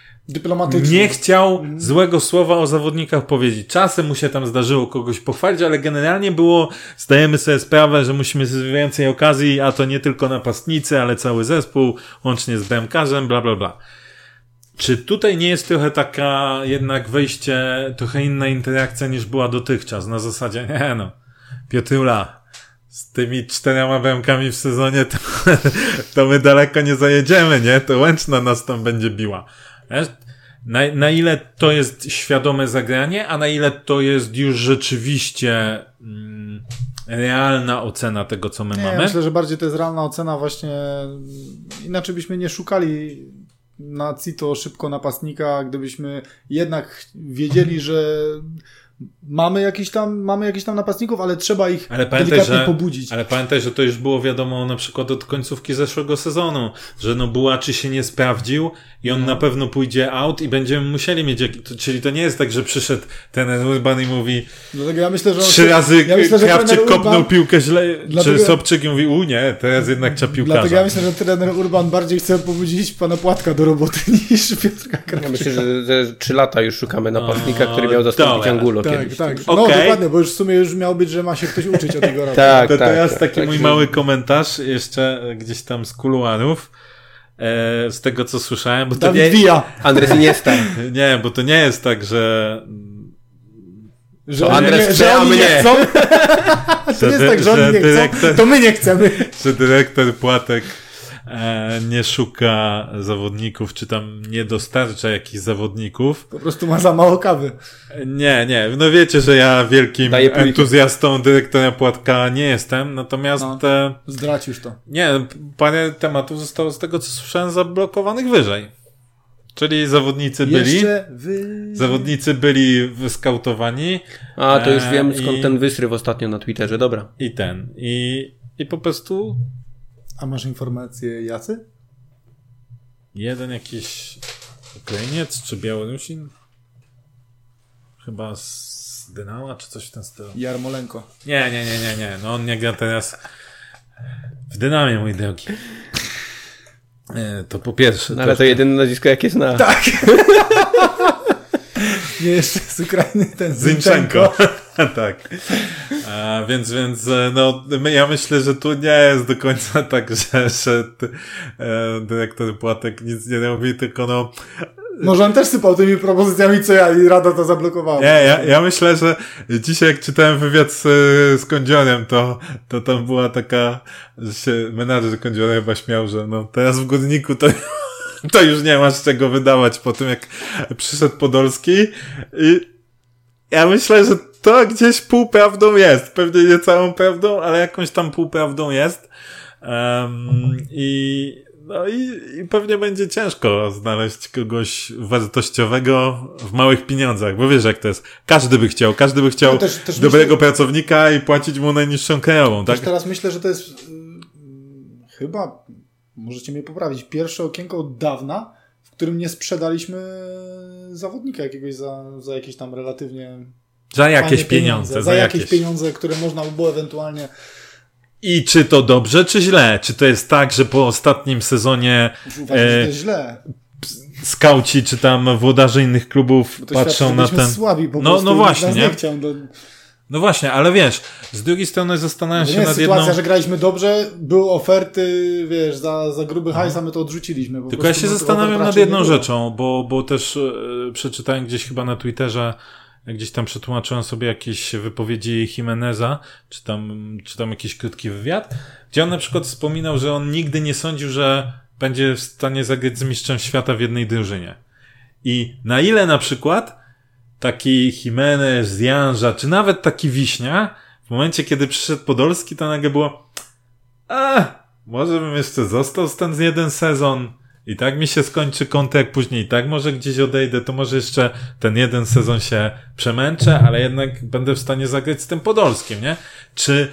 nie chciał mm. złego słowa o zawodnikach powiedzieć. Czasem mu się tam zdarzyło kogoś pochwalić, ale generalnie było, zdajemy sobie sprawę, że musimy z więcej okazji, a to nie tylko napastnicy, ale cały zespół, łącznie z bramkarzem, bla, bla, bla. Czy tutaj nie jest trochę taka jednak wejście, trochę inna interakcja niż była dotychczas? Na zasadzie, nie no, Piotrula, z tymi czterema bramkami w sezonie to, to my daleko nie zajedziemy, nie? To Łęczna nas tam będzie biła. Wiesz? Na, na ile to jest świadome zagranie, a na ile to jest już rzeczywiście mm, realna ocena tego, co my nie, mamy? Myślę, że bardziej to jest realna ocena właśnie, inaczej byśmy nie szukali na Cito szybko napastnika, gdybyśmy jednak wiedzieli, że mamy jakiś tam, mamy jakiś tam napastników, ale trzeba ich ale delikatnie że, pobudzić. Ale pamiętaj, że to już było wiadomo na przykład od końcówki zeszłego sezonu, że no Bułaczy się nie sprawdził i on no. na pewno pójdzie out i będziemy musieli mieć, czyli to nie jest tak, że przyszedł ten Urban i mówi dlatego ja myślę, że trzy się, razy ja myślę, że Krawczyk kopnął Urban, piłkę źle, dlatego, czy Sobczyk i mówi, u nie, teraz jednak trzeba piłkarza. Dlatego ja myślę, że trener Urban bardziej chce pobudzić pana Płatka do roboty niż Piotrka Krawczyka. Ja myślę, że ze trzy lata już szukamy napastnika, który miał zastąpić Angulo tak, kiedyś. Tak, no okay. dokładnie, bo już w sumie już miał być, że ma się ktoś uczyć od Igora. tak, to tak, teraz tak, taki tak, mój tak, mały komentarz jeszcze gdzieś tam z kuluarów. E, z tego, co słyszałem. Bo to Dawid nie, Villa. Andres Iniesta. Nie, bo to nie jest tak, że że, Andres nie, chce, a my nie chcą. To jest tak, że oni nie dyrektor, chcą, to my nie chcemy. Że dyrektor Płatek e, nie szuka zawodników, czy tam nie dostarcza jakichś zawodników. Po prostu ma za mało kawy. Nie, nie. No wiecie, że ja wielkim entuzjastą dyrektora Płatka nie jestem, natomiast... No, e, zdradź już to. Nie, parę tematów zostało z tego, co słyszałem, zablokowanych wyżej. Czyli zawodnicy byli... Wy... Zawodnicy byli wyskautowani. A, to już wiem, skąd i, ten wysryw ostatnio na Twitterze, dobra. I ten. I, i po prostu... A masz informacje jacy? Jeden jakiś Ukrainiec czy Białorusin? Chyba z Dynama czy coś w ten stylu. Jarmolenko. Nie, nie, nie, nie, nie. No on nie gra teraz w Dynamie, mój drogi. Nie, to po pierwsze. No, ale to, to jedyne nazwisko, jakie zna. Tak. Nie, jeszcze z Ukrainy ten Zinchenko. Tak. A, więc, więc, no, ja myślę, że tu nie jest do końca tak, że, że ty, e, dyrektor Płatek nic nie robi, tylko no... Może on też sypał tymi propozycjami, co ja i Rada to zablokowała. Nie, ja, ja myślę, że dzisiaj jak czytałem wywiad z, z Kądziorem, to, to tam była taka, że się menadżer Kądziora chyba śmiał, że no teraz w Górniku to to już nie masz czego wydawać po tym, jak przyszedł Podolski i ja myślę, że to gdzieś półprawdą jest. Pewnie nie całą prawdą, ale jakąś tam półprawdą jest. Um, I no i, i pewnie będzie ciężko znaleźć kogoś wartościowego w małych pieniądzach, bo wiesz jak to jest. Każdy by chciał, każdy by chciał no też, też dobrego myślę, pracownika i płacić mu najniższą krajową, tak? Teraz myślę, że to jest yy, chyba, możecie mnie poprawić, pierwsze okienko od dawna, w którym nie sprzedaliśmy zawodnika jakiegoś za, za jakieś tam relatywnie za jakieś pieniądze, pieniądze. Za, za jakieś, jakieś pieniądze, które można by było ewentualnie. I czy to dobrze, czy źle? Czy to jest tak, że po ostatnim sezonie Uważam, e, że to jest źle. Skauci czy tam włodarze innych klubów patrzą na ten... słabi, po no, no właśnie, nie? nie chciał do... No właśnie, ale wiesz, z drugiej strony zastanawiam no się nie nad sytuacja, jedną... że graliśmy dobrze, były oferty, wiesz, za, za gruby hajs, a my to odrzuciliśmy. Po Tylko ja się zastanawiam nad jedną rzeczą, bo, bo też e, przeczytałem gdzieś chyba na Twitterze, gdzieś tam przetłumaczyłem sobie jakieś wypowiedzi Jimeneza, czy tam, czy tam jakiś krótki wywiad, gdzie on na przykład wspominał, że on nigdy nie sądził, że będzie w stanie zagrać z mistrzem świata w jednej drużynie. I na ile na przykład taki Jimenez, Janża, czy nawet taki Wiśnia, w momencie kiedy przyszedł Podolski, to nagle było a, może bym jeszcze został z ten jeden sezon, i tak mi się skończy kontrakt, później i tak może gdzieś odejdę, to może jeszcze ten jeden sezon się przemęczę, ale jednak będę w stanie zagrać z tym Podolskim, nie? Czy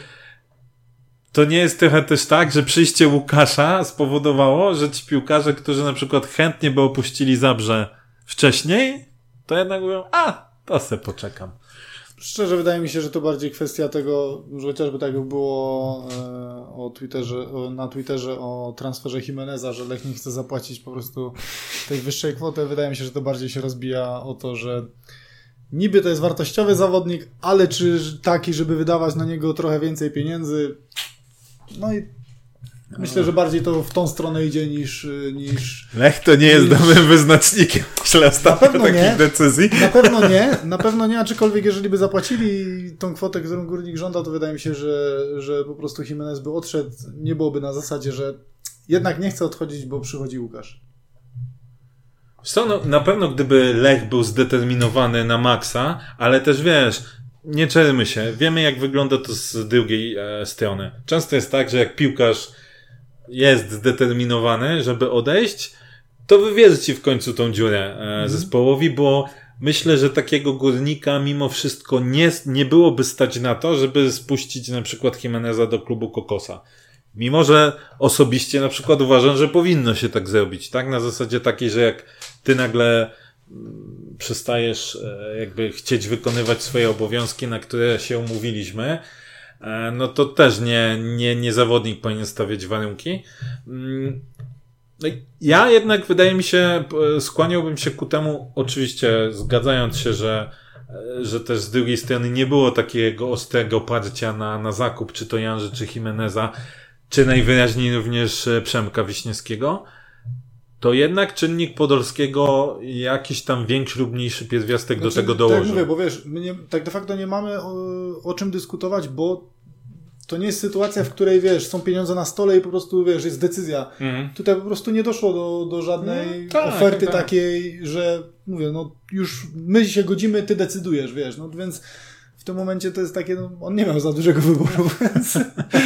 to nie jest trochę też tak, że przyjście Łukasza spowodowało, że ci piłkarze, którzy na przykład chętnie by opuścili Zabrze wcześniej, to jednak mówią, a, to se poczekam. Szczerze wydaje mi się, że to bardziej kwestia tego, że chociażby tak jak było e, o Twitterze, o, na Twitterze o transferze Jimeneza, że Lech nie chce zapłacić po prostu tej wyższej kwoty. Wydaje mi się, że to bardziej się rozbija o to, że niby to jest wartościowy zawodnik, ale czy taki, żeby wydawać na niego trochę więcej pieniędzy. No i myślę, że bardziej to w tą stronę idzie niż... niż Lech to nie jest niż... dobrym wyznacznikiem, myślę, ostatnio takich nie. decyzji. Na pewno nie, na pewno nie, aczkolwiek jeżeli by zapłacili tą kwotę, którą Górnik żąda, to wydaje mi się, że, że po prostu Jimenez by odszedł, nie byłoby na zasadzie, że jednak nie chce odchodzić, bo przychodzi Łukasz. Co, no, na pewno gdyby Lech był zdeterminowany na maksa, ale też wiesz, nie czermy się, wiemy jak wygląda to z drugiej e, strony. Często jest tak, że jak piłkarz jest zdeterminowany, żeby odejść, to wywierzy ci w końcu tą dziurę e, zespołowi, bo myślę, że takiego Górnika mimo wszystko nie, nie byłoby stać na to, żeby spuścić na przykład Jimeneza do klubu Kokosa. Mimo, że osobiście na przykład uważam, że powinno się tak zrobić, tak? Na zasadzie takiej, że jak ty nagle mm, przestajesz e, jakby chcieć wykonywać swoje obowiązki, na które się umówiliśmy, e, no to też nie, nie, nie zawodnik powinien stawiać warunki. Mm, no ja jednak wydaje mi się, skłaniałbym się ku temu, oczywiście zgadzając się, że że też z drugiej strony nie było takiego ostrego parcia na, na zakup, czy to Janży, czy Jimeneza, czy najwyraźniej również Przemka Wiśniewskiego, to jednak czynnik Podolskiego jakiś tam większy lub mniejszy pierwiastek znaczy, do tego dołożył. Tak mówię, bo wiesz, my nie, tak de facto nie mamy o, o czym dyskutować, bo to nie jest sytuacja, w której, wiesz, są pieniądze na stole i po prostu, wiesz, jest decyzja. Mm. Tutaj po prostu nie doszło do, do żadnej no, tak, oferty tak. takiej, że mówię, no już my się godzimy, ty decydujesz, wiesz, no więc w tym momencie to jest takie, no, on nie miał za dużego wyboru, więc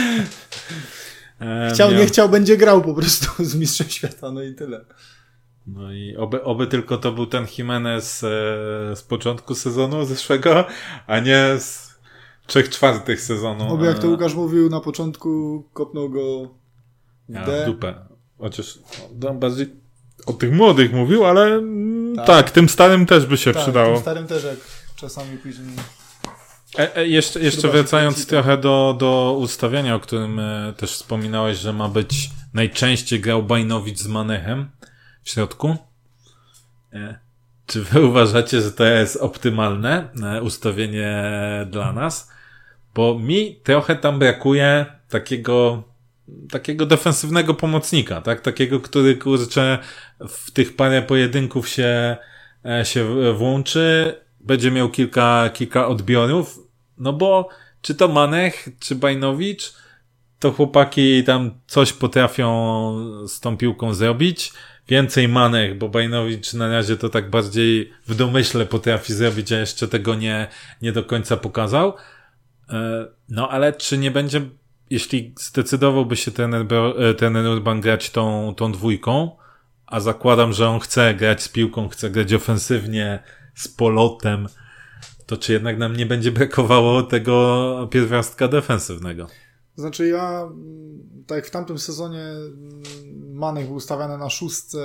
chciał, miał... nie chciał, będzie grał po prostu z mistrzem świata, no i tyle. No i oby, oby tylko to był ten Jimenez e, z początku sezonu zeszłego, a nie z trzech czwartych sezonu. Oby jak to Łukasz mówił na początku, kopnął go w ja, D. W dupę. Chociaż no, bardziej o tych młodych mówił, ale tak, tak tym starym też by się tak, przydało. tym starym też jak czasami później... E, e, jeszcze jeszcze wracając trochę do, do ustawienia, o którym e, też wspominałeś, że ma być najczęściej grał Bajnowicz z Manechem w środku. E, czy wy uważacie, że to jest optymalne e, ustawienie dla nas? Bo mi trochę tam brakuje takiego takiego defensywnego pomocnika, tak? Takiego, który, kurczę, w tych parę pojedynków się, e, się włączy, będzie miał kilka, kilka odbiorów, no bo czy to Manech, czy Bajnowicz, to chłopaki tam coś potrafią z tą piłką zrobić. Więcej Manech, bo Bajnowicz na razie to tak bardziej w domyśle potrafi zrobić, a jeszcze tego nie, nie do końca pokazał. No ale czy nie będzie jeśli zdecydowałby się trener, trener Urban grać tą, tą dwójką, a zakładam, że on chce grać z piłką, chce grać ofensywnie, z polotem, to czy jednak nam nie będzie brakowało tego pierwiastka defensywnego? Znaczy ja, tak jak w tamtym sezonie Manek był ustawiany na szóstce,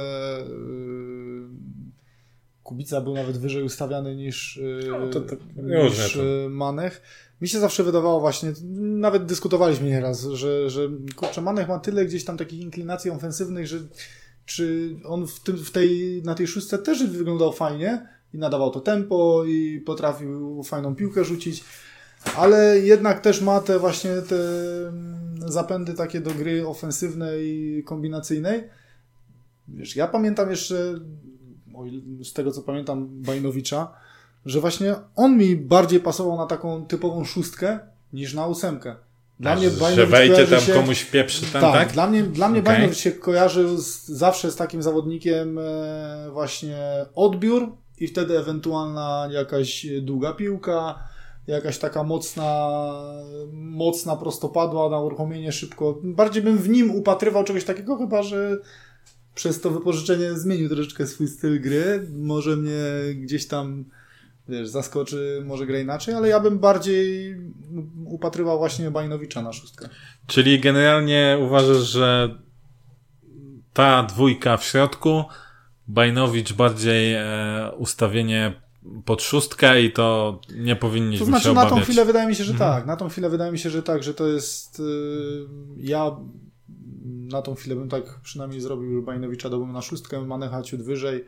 Kubica był nawet wyżej ustawiany niż, no, to, to, niż Manech. Mi się zawsze wydawało właśnie, nawet dyskutowaliśmy nieraz, że, że kurczę, Manech ma tyle gdzieś tam takich inklinacji ofensywnych, że czy on w tym, w tej, na tej szóstce też wyglądał fajnie i nadawał to tempo i potrafił fajną piłkę rzucić, ale jednak też ma te właśnie te zapędy takie do gry ofensywnej i kombinacyjnej. Wiesz, ja pamiętam jeszcze, z tego co pamiętam, Bajnowicza, że właśnie on mi bardziej pasował na taką typową szóstkę niż na ósemkę. Dla A, mnie że wejdzie tam się, komuś pieprzy tam, tak? tak? Dla mnie, dla mnie Okay. Bajnowicz się kojarzył z, zawsze z takim zawodnikiem e, właśnie odbiór i wtedy ewentualna jakaś długa piłka, jakaś taka mocna, mocna prostopadła na uruchomienie szybko. Bardziej bym w nim upatrywał czegoś takiego, chyba że przez to wypożyczenie zmienił troszeczkę swój styl gry. Może mnie gdzieś tam, wiesz, zaskoczy, może gra inaczej, ale ja bym bardziej upatrywał właśnie Bajnowicza na szóstkę. Czyli generalnie uważasz, że ta dwójka w środku, Bajnowicz bardziej e, ustawienie pod szóstkę i to nie powinniśmy to znaczy, się obawiać. Na tą chwilę wydaje mi się, że mhm. tak. Na tą chwilę wydaje mi się, że tak, że to jest yy, ja na tą chwilę bym tak przynajmniej zrobił, że Bajnowicza dałbym na szóstkę, Manecha ciut wyżej.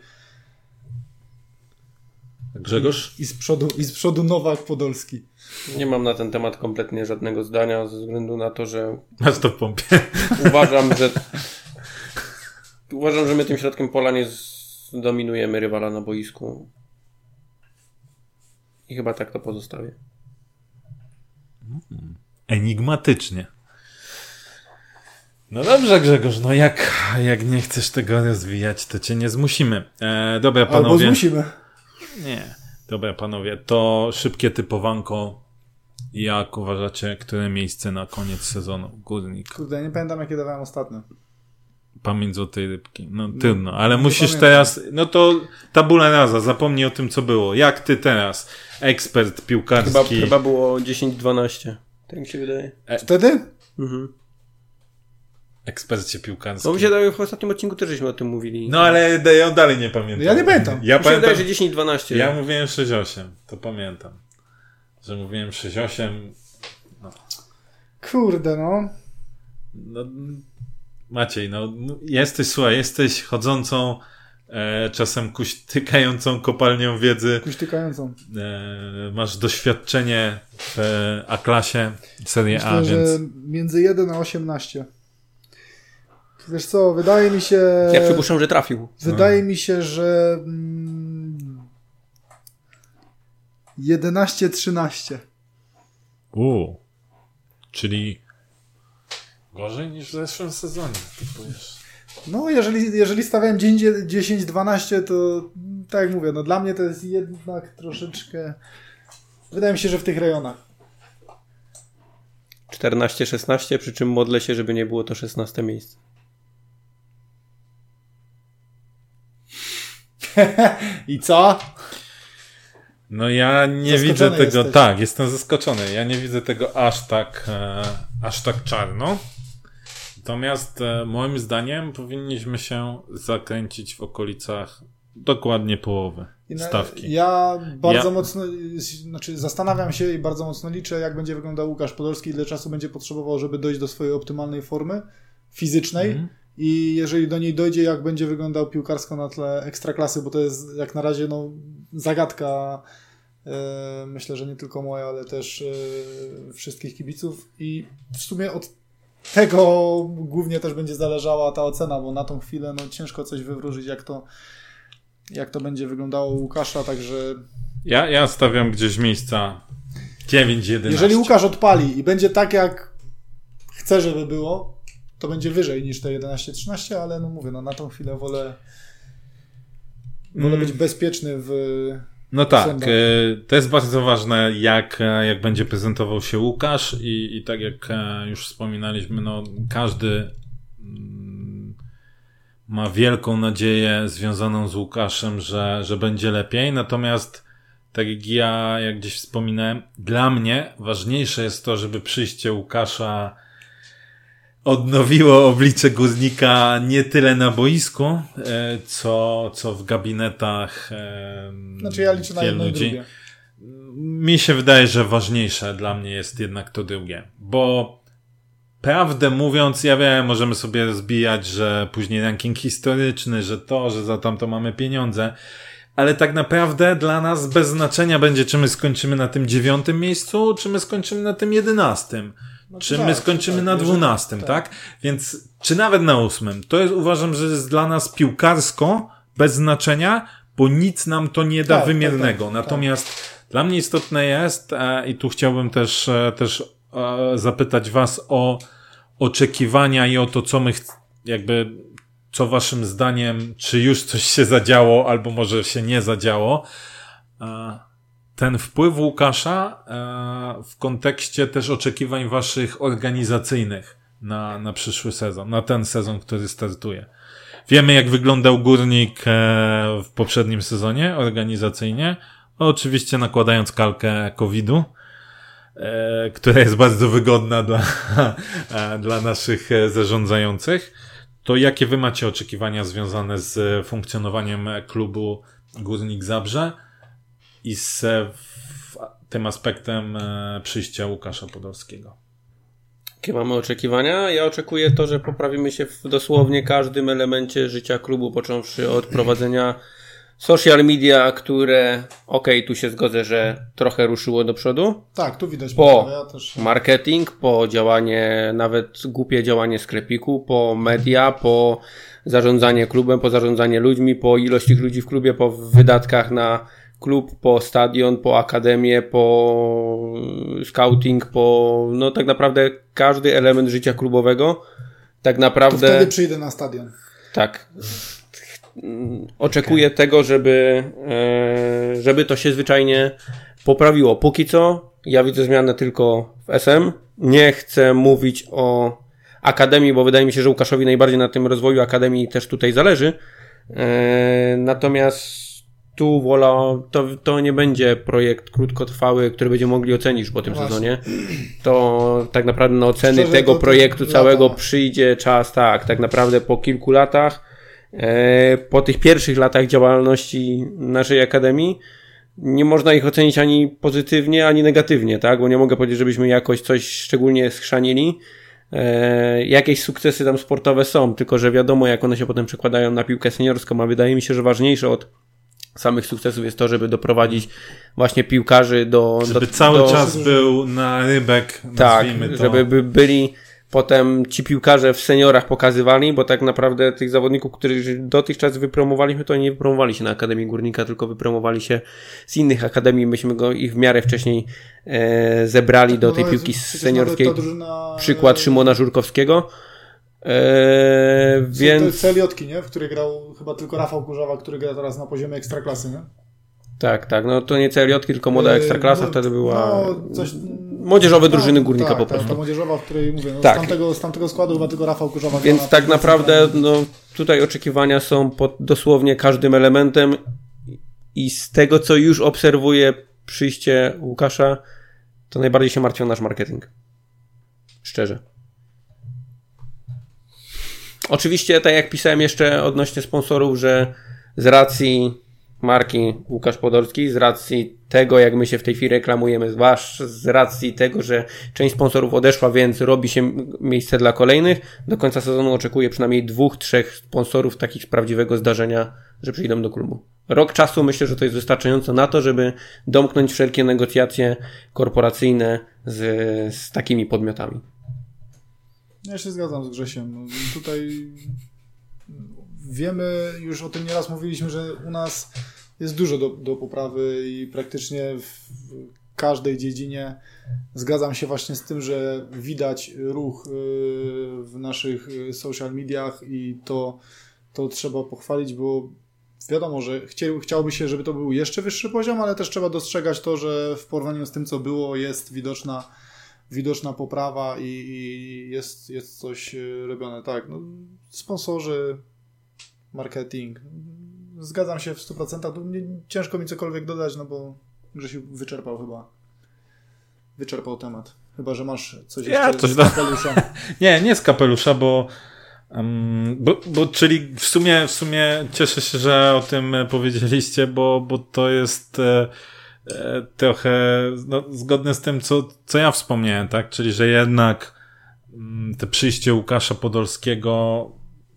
Grzegorz? I, I z przodu, i z przodu Nowak Podolski. Nie mam na ten temat kompletnie żadnego zdania, ze względu na to, że Masz to w pompie. uważam, że uważam, że my tym środkiem pola nie zdominujemy rywala na boisku. I chyba tak to pozostawię. Enigmatycznie. No dobrze, Grzegorz, no jak, jak nie chcesz tego rozwijać, to cię nie zmusimy. E, dobra, panowie. Albo zmusimy. Nie. Dobra, panowie, to szybkie typowanko. Jak uważacie, które miejsce na koniec sezonu Górnik? Kurde, nie pamiętam, jakie dawałem ostatnio. Pamięć złotej rybki. No trudno, ale nie musisz pamiętam. teraz, no to tabula rasa, zapomnij o tym, co było. Jak ty teraz, ekspert piłkarski. Chyba, chyba było dziesięć dwanaście. Tak mi się wydaje. Wtedy? Mhm. Ekspercie piłkarski. No mi się wydaje, w ostatnim odcinku też żeśmy o tym mówili. No ale ja dalej nie pamiętam. Ja nie pamiętam. Ja mi się pamiętam, wydaje, że dziesięć dwanaście. ja mówiłem sześć osiem, to pamiętam. Że mówiłem sześć osiem. No. Kurde, no. No, Maciej, no jesteś, słuchaj, jesteś chodzącą, e, czasem kuśtykającą kopalnią wiedzy. Kuśtykającą. E, masz doświadczenie w e, A-klasie, Serie Myślę, A, więc... że między jeden a osiemnaście. Wiesz co, wydaje mi się... Ja przypuszczam, że trafił. Wydaje no. mi się, że mm, jedenaście trzynaście. U, czyli gorzej niż w zeszłym sezonie. Typujesz. No, jeżeli, jeżeli stawiałem dziesięć dwanaście, to tak jak mówię, no dla mnie to jest jednak troszeczkę... Wydaje mi się, że w tych rejonach. czternaście szesnaście, przy czym modlę się, żeby nie było to szesnaste miejsce. I co? No ja nie Zaskoczony widzę tego, jesteś. tak, jestem zaskoczony. Ja nie widzę tego aż tak, e, aż tak czarno. Natomiast e, moim zdaniem powinniśmy się zakręcić w okolicach dokładnie połowy I na, stawki. Ja bardzo Ja- mocno, znaczy zastanawiam się i bardzo mocno liczę, jak będzie wyglądał Łukasz Podolski, ile czasu będzie potrzebował, żeby dojść do swojej optymalnej formy fizycznej. Mhm. I jeżeli do niej dojdzie, jak będzie wyglądał piłkarsko na tle ekstraklasy, bo to jest jak na razie no, zagadka, e, myślę, że nie tylko moja, ale też e, wszystkich kibiców i w sumie od tego głównie też będzie zależała ta ocena, bo na tą chwilę no, ciężko coś wywróżyć, jak to, jak to będzie wyglądało u Łukasza, także Ja, ja stawiam gdzieś miejsca dziewięć jedenaście. jeżeli Łukasz odpali i będzie tak, jak chce, żeby było, to będzie wyżej niż te jedenaście trzynaście, ale no mówię, no na tą chwilę wolę wolę Mm. być bezpieczny w No tak, to jest bardzo ważne, jak, jak będzie prezentował się Łukasz i, i tak jak już wspominaliśmy, no każdy ma wielką nadzieję związaną z Łukaszem, że, że będzie lepiej, natomiast tak jak ja, jak gdzieś wspominałem, dla mnie ważniejsze jest to, żeby przyjście Łukasza odnowiło oblicze Górnika nie tyle na boisku, co, co w gabinetach znaczy ja liczę na jedno i drugie. Mi się wydaje, że ważniejsze dla mnie jest jednak to drugie, bo prawdę mówiąc, ja wiem, możemy sobie zbijać, że później ranking historyczny, że to, że za tamto mamy pieniądze, ale tak naprawdę dla nas bez znaczenia będzie, czy my skończymy na tym dziewiątym miejscu, czy my skończymy na tym jedenastym. No czy tak, my skończymy tak, na dwunastym, tak. tak? Więc, czy nawet na ósmym. To jest, uważam, że jest dla nas piłkarsko bez znaczenia, bo nic nam to nie da tak, wymiernego. Tak, tak, Natomiast tak. dla mnie istotne jest, e, i tu chciałbym też, e, też e, zapytać was o oczekiwania i o to, co my ch- jakby, co waszym zdaniem, czy już coś się zadziało, albo może się nie zadziało. E, ten wpływ Łukasza e, w kontekście też oczekiwań waszych organizacyjnych na, na przyszły sezon, na ten sezon, który startuje. Wiemy, jak wyglądał Górnik e, w poprzednim sezonie organizacyjnie, oczywiście nakładając kalkę kowida, e, która jest bardzo wygodna dla, e, dla naszych zarządzających. To jakie wy macie oczekiwania związane z funkcjonowaniem klubu Górnik Zabrze i z tym aspektem przyjścia Łukasza Podolskiego? Jakie mamy oczekiwania? Ja oczekuję to, że poprawimy się w dosłownie każdym elemencie życia klubu, począwszy od prowadzenia social media, które, okej, okay, tu się zgodzę, że trochę ruszyło do przodu. Tak, tu widać. Po ja też... marketing, po działanie, nawet głupie działanie sklepiku, po media, po zarządzanie klubem, po zarządzanie ludźmi, po ilość tych ludzi w klubie, po wydatkach na klub, po stadion, po akademię, po scouting, po no tak naprawdę każdy element życia klubowego. Tak naprawdę... To wtedy przyjdę na stadion. Tak. Oczekuję okay. tego, żeby, żeby to się zwyczajnie poprawiło. Póki co ja widzę zmianę tylko w S M. Nie chcę mówić o akademii, bo wydaje mi się, że Łukaszowi najbardziej na tym rozwoju akademii też tutaj zależy. Natomiast tu wola, to, to nie będzie projekt krótkotrwały, który będziemy mogli ocenić po tym no sezonie. To tak naprawdę na oceny Szczerze, tego to, to projektu całego lata. Przyjdzie czas, tak, tak naprawdę po kilku latach. Po tych pierwszych latach działalności naszej akademii nie można ich ocenić ani pozytywnie, ani negatywnie, tak? Bo nie mogę powiedzieć, żebyśmy jakoś coś szczególnie schrzanili. E, jakieś sukcesy tam sportowe są, tylko że wiadomo, jak one się potem przekładają na piłkę seniorską, a wydaje mi się, że ważniejsze od samych sukcesów jest to, żeby doprowadzić właśnie piłkarzy do... Żeby do, cały do, czas był na rybek, nazwijmy tak, to. żeby by byli potem ci piłkarze w seniorach pokazywali, bo tak naprawdę tych zawodników, których dotychczas wypromowaliśmy, to nie wypromowali się na Akademii Górnika, tylko wypromowali się z innych akademii. Myśmy go ich w miarę wcześniej e, zebrali do tej piłki seniorskiej. Drużyna... Przykład Szymona Żurkowskiego. E, więc... To Celiotki, nie? W której grał chyba tylko Rafał Kurzawa, który gra teraz na poziomie ekstraklasy, nie? Tak, tak. No to nie Celiotki, tylko młoda ekstraklasa no, wtedy była... No, coś... Młodzieżowe drużyny Górnika tak, po prostu. Tak, ta młodzieżowa, w której mówię, no, tak. z, tamtego, z tamtego składu chyba tylko Rafał Kurzawa. Więc tak naprawdę no, tutaj oczekiwania są pod dosłownie każdym elementem i z tego, co już obserwuję przyjście Łukasza, to najbardziej się martwi o nasz marketing. Szczerze. Oczywiście, tak jak pisałem jeszcze odnośnie sponsorów, że z racji marki Łukasz Podolski, z racji tego, jak my się w tej chwili reklamujemy, zwłaszcza z racji tego, że część sponsorów odeszła, więc robi się miejsce dla kolejnych. Do końca sezonu oczekuję przynajmniej dwóch, trzech sponsorów takich z prawdziwego zdarzenia, że przyjdą do klubu. Rok czasu myślę, że to jest wystarczająco na to, żeby domknąć wszelkie negocjacje korporacyjne z, z takimi podmiotami. Ja się zgadzam z Grzesiem. Tutaj wiemy, już o tym nieraz mówiliśmy, że u nas jest dużo do, do poprawy i praktycznie w każdej dziedzinie zgadzam się właśnie z tym, że widać ruch w naszych social mediach i to, to trzeba pochwalić, bo wiadomo, że chciał, chciałoby się, żeby to był jeszcze wyższy poziom, ale też trzeba dostrzegać to, że w porównaniu z tym, co było, jest widoczna, widoczna poprawa i, i jest, jest coś robione. Tak, no, sponsorzy, marketing. Zgadzam się w stu procentach. Ciężko mi cokolwiek dodać, no bo Grzesiu wyczerpał chyba. Wyczerpał temat. Chyba, że masz coś ja jeszcze coś z kapelusza. Nie, nie z kapelusza, bo, um, bo, bo czyli w sumie, w sumie cieszę się, że o tym powiedzieliście, bo, bo to jest e, e, trochę no, zgodne z tym, co, co ja wspomniałem, tak? Czyli, że jednak m, te przyjście Łukasza Podolskiego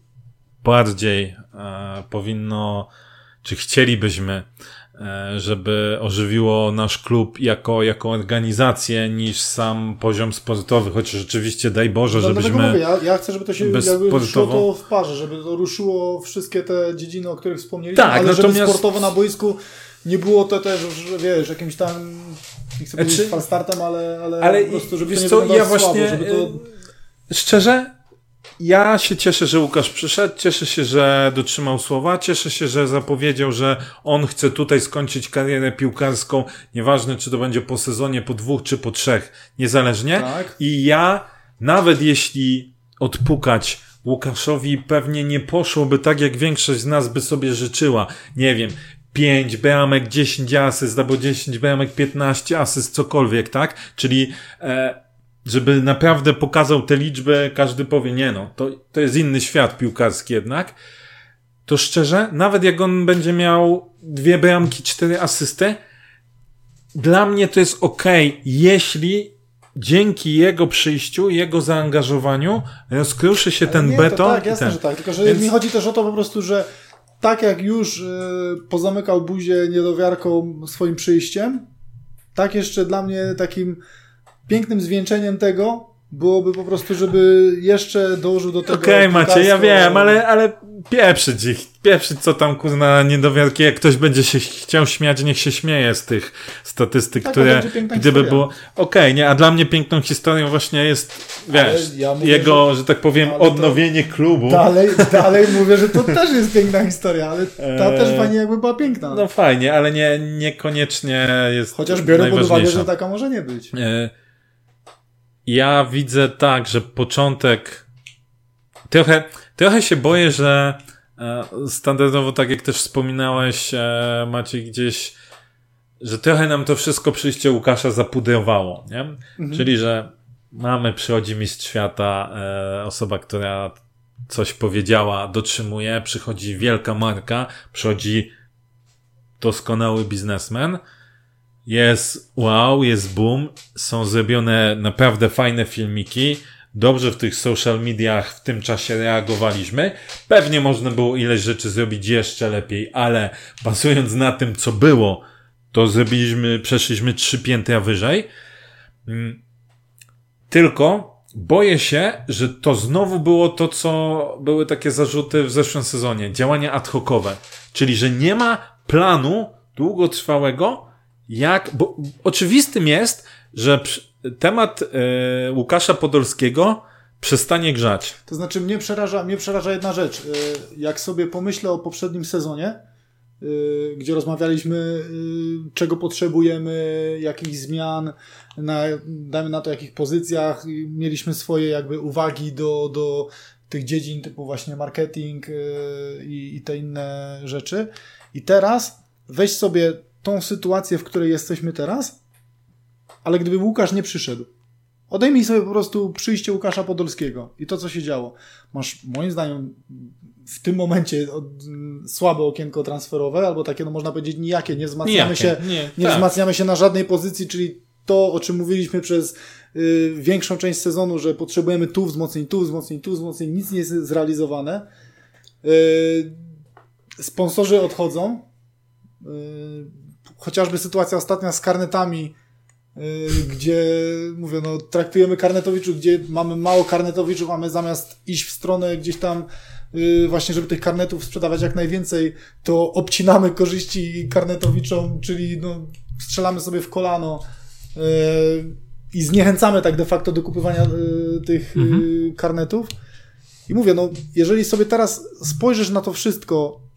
bardziej e, powinno, czy chcielibyśmy, e, żeby ożywiło nasz klub jako, jako organizację niż sam poziom sportowy, chociaż rzeczywiście daj Boże, no, żebyśmy... Mówię, ja, ja chcę, żeby to się jakby ruszyło to w parze, żeby to ruszyło wszystkie te dziedziny, o których wspomnieliśmy, tak, ale natomiast... żeby sportowo na boisku nie było to też, że wiesz, jakimś tam, nie chcę powiedzieć znaczy... falstartem, ale, ale, ale po prostu, żeby to nie co, wyglądało ja słabo, właśnie, żeby to... Szczerze, ja się cieszę, że Łukasz przyszedł, cieszę się, że dotrzymał słowa, cieszę się, że zapowiedział, że on chce tutaj skończyć karierę piłkarską, nieważne czy to będzie po sezonie, po dwóch czy po trzech, niezależnie. Tak. I ja, nawet jeśli odpukać Łukaszowi, pewnie nie poszłoby tak, jak większość z nas by sobie życzyła. Nie wiem, pięć bramek, dziesięć asyst, albo dziesięć bramek, piętnaście asyst, cokolwiek, tak? Czyli... E, żeby naprawdę pokazał te liczby, każdy powie, nie no, to, to jest inny świat piłkarski jednak, to szczerze, nawet jak on będzie miał dwie bramki, cztery asysty, dla mnie to jest okej, okay, jeśli dzięki jego przyjściu, jego zaangażowaniu rozkruszy się ale ten nie, beton. To tak, jasne, ten. że tak, tylko że Więc... mi chodzi też o to po prostu, że tak jak już y, pozamykał buzię niedowiarką swoim przyjściem, tak jeszcze dla mnie takim pięknym zwieńczeniem tego byłoby po prostu, żeby jeszcze dołożył do tego... Okej, okay, Macie, ja wiem, ale, ale pieprzyć ich, pieprzyć co tam kurna niedowiarki, jak ktoś będzie się chciał śmiać, niech się śmieje z tych statystyk, tak, które gdyby historia. Było... Okej, okay, nie, a dla mnie piękną historią właśnie jest, wiesz, ja mówię, jego, że, że tak powiem, odnowienie to... klubu. Dalej, dalej mówię, że to też jest piękna historia, ale ta eee... też fajnie jakby była piękna. No fajnie, ale nie, niekoniecznie jest chociaż biorę pod uwagę, że taka może nie być. Eee... Ja widzę tak, że początek trochę, trochę się boję, że e, standardowo, tak jak też wspominałeś, e, Maciej, gdzieś, że trochę nam to wszystko przyjście Łukasza zapudrowało, nie? Mhm. Czyli, że mamy, przychodzi mistrz świata, e, osoba, która coś powiedziała, dotrzymuje, przychodzi wielka marka, przychodzi doskonały biznesmen, jest wow, jest boom, są zrobione naprawdę fajne filmiki, dobrze w tych social mediach w tym czasie reagowaliśmy, pewnie można było ileś rzeczy zrobić jeszcze lepiej, ale bazując na tym, co było, to zrobiliśmy, przeszliśmy trzy piętra wyżej. Tylko boję się, że to znowu było to, co były takie zarzuty w zeszłym sezonie, działania ad hocowe, czyli że nie ma planu długotrwałego, jak, bo oczywistym jest, że temat e, Łukasza Podolskiego przestanie grzać. To znaczy mnie przeraża, mnie przeraża jedna rzecz. Jak sobie pomyślę o poprzednim sezonie, gdzie rozmawialiśmy, czego potrzebujemy, jakich zmian, na, dajmy na to, jakich pozycjach, mieliśmy swoje jakby uwagi do, do tych dziedzin typu właśnie marketing i, i te inne rzeczy. I teraz weź sobie tą sytuację, w której jesteśmy teraz, ale gdyby Łukasz nie przyszedł, odejmij sobie po prostu przyjście Łukasza Podolskiego i to, co się działo. Masz, moim zdaniem, w tym momencie od, słabe okienko transferowe, albo takie, no można powiedzieć, nijakie. Nie wzmacniamy, nijakie. się, nie, nie tak. wzmacniamy się na żadnej pozycji, czyli to, o czym mówiliśmy przez y, większą część sezonu, że potrzebujemy tu wzmocnień, tu wzmocnień, tu wzmocnień, nic nie jest zrealizowane. Y, sponsorzy odchodzą. Y, chociażby sytuacja ostatnia z karnetami, yy, gdzie, mówię, no traktujemy karnetowiczów, gdzie mamy mało karnetowiczów, a my zamiast iść w stronę gdzieś tam yy, właśnie, żeby tych karnetów sprzedawać jak najwięcej, to obcinamy korzyści karnetowiczom, czyli no, strzelamy sobie w kolano yy, i zniechęcamy tak de facto do kupywania yy, tych mhm. yy, karnetów. I mówię, no jeżeli sobie teraz spojrzysz na to wszystko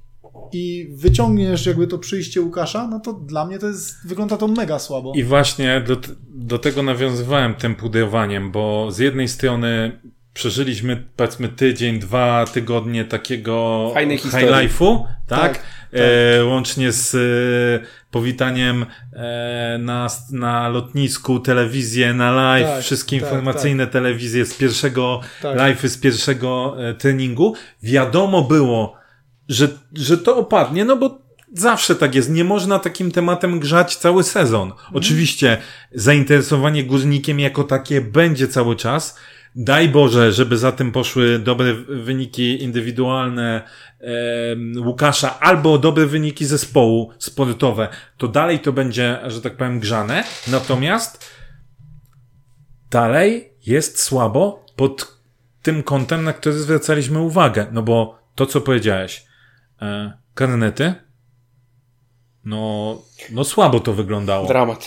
i wyciągniesz jakby to przyjście Łukasza, no to dla mnie to jest, wygląda to mega słabo. I właśnie do, do tego nawiązywałem tym pudrowaniem, bo z jednej strony przeżyliśmy, powiedzmy, tydzień, dwa tygodnie takiego high life'u, tak? tak, tak. E, łącznie z e, powitaniem e, na, na lotnisku, telewizję na live, tak, wszystkie tak, informacyjne tak. telewizje z pierwszego tak. live'y, z pierwszego e, treningu. Wiadomo było, że, że to opadnie, no bo zawsze tak jest. Nie można takim tematem grzać cały sezon. Mhm. Oczywiście zainteresowanie Górnikiem jako takie będzie cały czas. Daj Boże, żeby za tym poszły dobre wyniki indywidualne e, Łukasza albo dobre wyniki zespołu sportowe. To dalej to będzie, że tak powiem, grzane. Natomiast dalej jest słabo pod tym kątem, na który zwracaliśmy uwagę. No bo to, co powiedziałeś, e, karnety, no, no słabo to wyglądało. Dramat.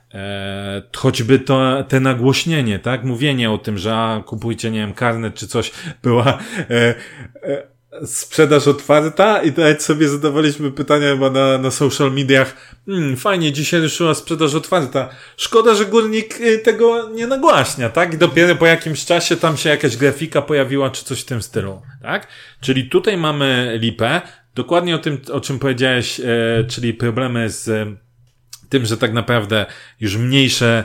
E, choćby to, te nagłośnienie, tak? Mówienie o tym, że a, kupujcie, nie wiem, karnet czy coś, była e, e, sprzedaż otwarta i nawet sobie zadawaliśmy pytania chyba na, na social mediach. Hmm, fajnie, dzisiaj ruszyła sprzedaż otwarta. Szkoda, że Górnik tego nie nagłaśnia, tak? I dopiero po jakimś czasie tam się jakaś grafika pojawiła czy coś w tym stylu, tak? Czyli tutaj mamy lipę. Dokładnie o tym, o czym powiedziałeś, e, czyli problemy z tym, że tak naprawdę już mniejsze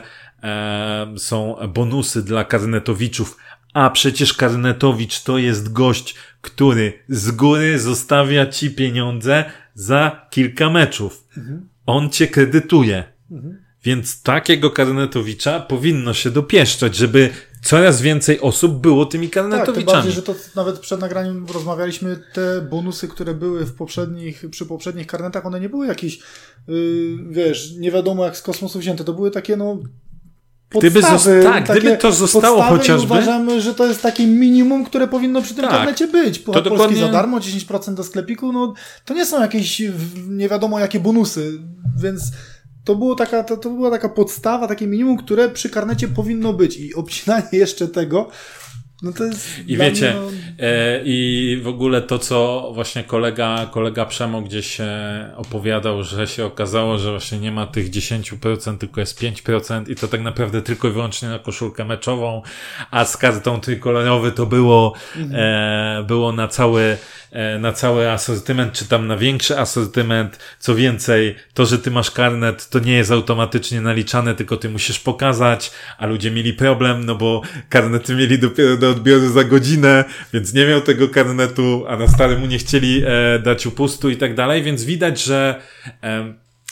e, są bonusy dla karnetowiczów, a przecież karnetowicz to jest gość, który z góry zostawia ci pieniądze za kilka meczów. Mhm. On cię kredytuje. Mhm. Więc takiego karnetowicza powinno się dopieszczać, żeby coraz więcej osób było tymi karnetowiczami. Tak, tym bardziej, że to nawet przed nagraniem rozmawialiśmy, te bonusy, które były w poprzednich, przy poprzednich karnetach, one nie były jakieś, yy, wiesz, nie wiadomo jak z kosmosu wzięte, to były takie, no, podstawy. Gdyby, zosta- tak, gdyby to zostało chociażby. Uważamy, że to jest takie minimum, które powinno przy tym tak, karnecie być. Po, Polski dokładnie... za darmo, dziesięć procent do sklepiku, no to nie są jakieś nie wiadomo jakie bonusy, więc to, było taka, to, to była taka podstawa, takie minimum, które przy karnecie powinno być i obcinanie jeszcze tego, no to jest... I wiecie, mnie, no... e, i w ogóle to, co właśnie kolega, kolega Przemo gdzieś e, opowiadał, że się okazało, że właśnie nie ma tych dziesięć procent, tylko jest pięć procent i to tak naprawdę tylko i wyłącznie na koszulkę meczową, a z kartą trójkolorowy to było, mhm. e, było na cały, e, na cały asortyment, czy tam na większy asortyment. Co więcej, to, że ty masz karnet, to nie jest automatycznie naliczane, tylko ty musisz pokazać, a ludzie mieli problem, no bo karnety mieli dopiero do odbioru za godzinę, więc nie miał tego karnetu, a na starym mu nie chcieli e, dać upustu i tak dalej, więc widać, że e,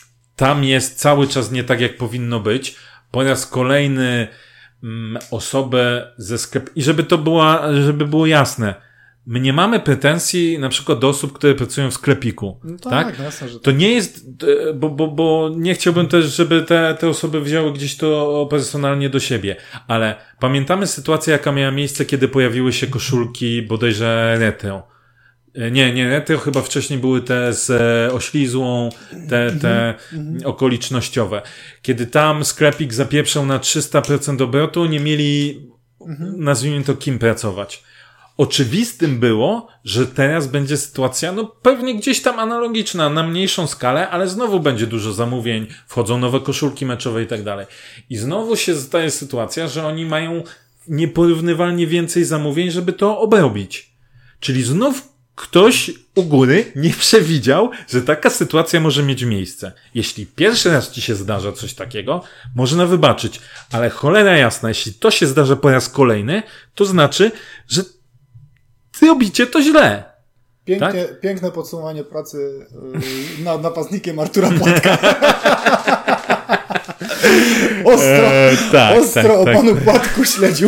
tam jest cały czas nie tak, jak powinno być. Po raz kolejny mm, osobę ze sklepu, i żeby to była, żeby było jasne, my nie mamy pretensji na przykład do osób, które pracują w sklepiku. No tak, tak? Jasne, że tak. To nie jest, bo, bo, bo nie chciałbym też, żeby te, te osoby wzięły gdzieś to personalnie do siebie, ale pamiętamy sytuację, jaka miała miejsce, kiedy pojawiły się koszulki bodajże retro. Nie, nie, retro chyba wcześniej były te z oślizłą, te, te mm-hmm. okolicznościowe. Kiedy tam sklepik zapieprzał na trzysta procent obrotu, nie mieli, mm-hmm. nazwijmy to, kim pracować. Oczywistym było, że teraz będzie sytuacja, no pewnie gdzieś tam analogiczna, na mniejszą skalę, ale znowu będzie dużo zamówień, wchodzą nowe koszulki meczowe i tak dalej. I znowu się staje sytuacja, że oni mają nieporównywalnie więcej zamówień, żeby to obrobić. Czyli znów ktoś u góry nie przewidział, że taka sytuacja może mieć miejsce. Jeśli pierwszy raz ci się zdarza coś takiego, można wybaczyć, ale cholera jasna, jeśli to się zdarza po raz kolejny, to znaczy, że robicie to źle. Pięknie, tak? Piękne podsumowanie pracy yy, nad napastnikiem Artura Płatka. ostro e, tak, ostro tak, o tak, panu tak. Płatku śledził.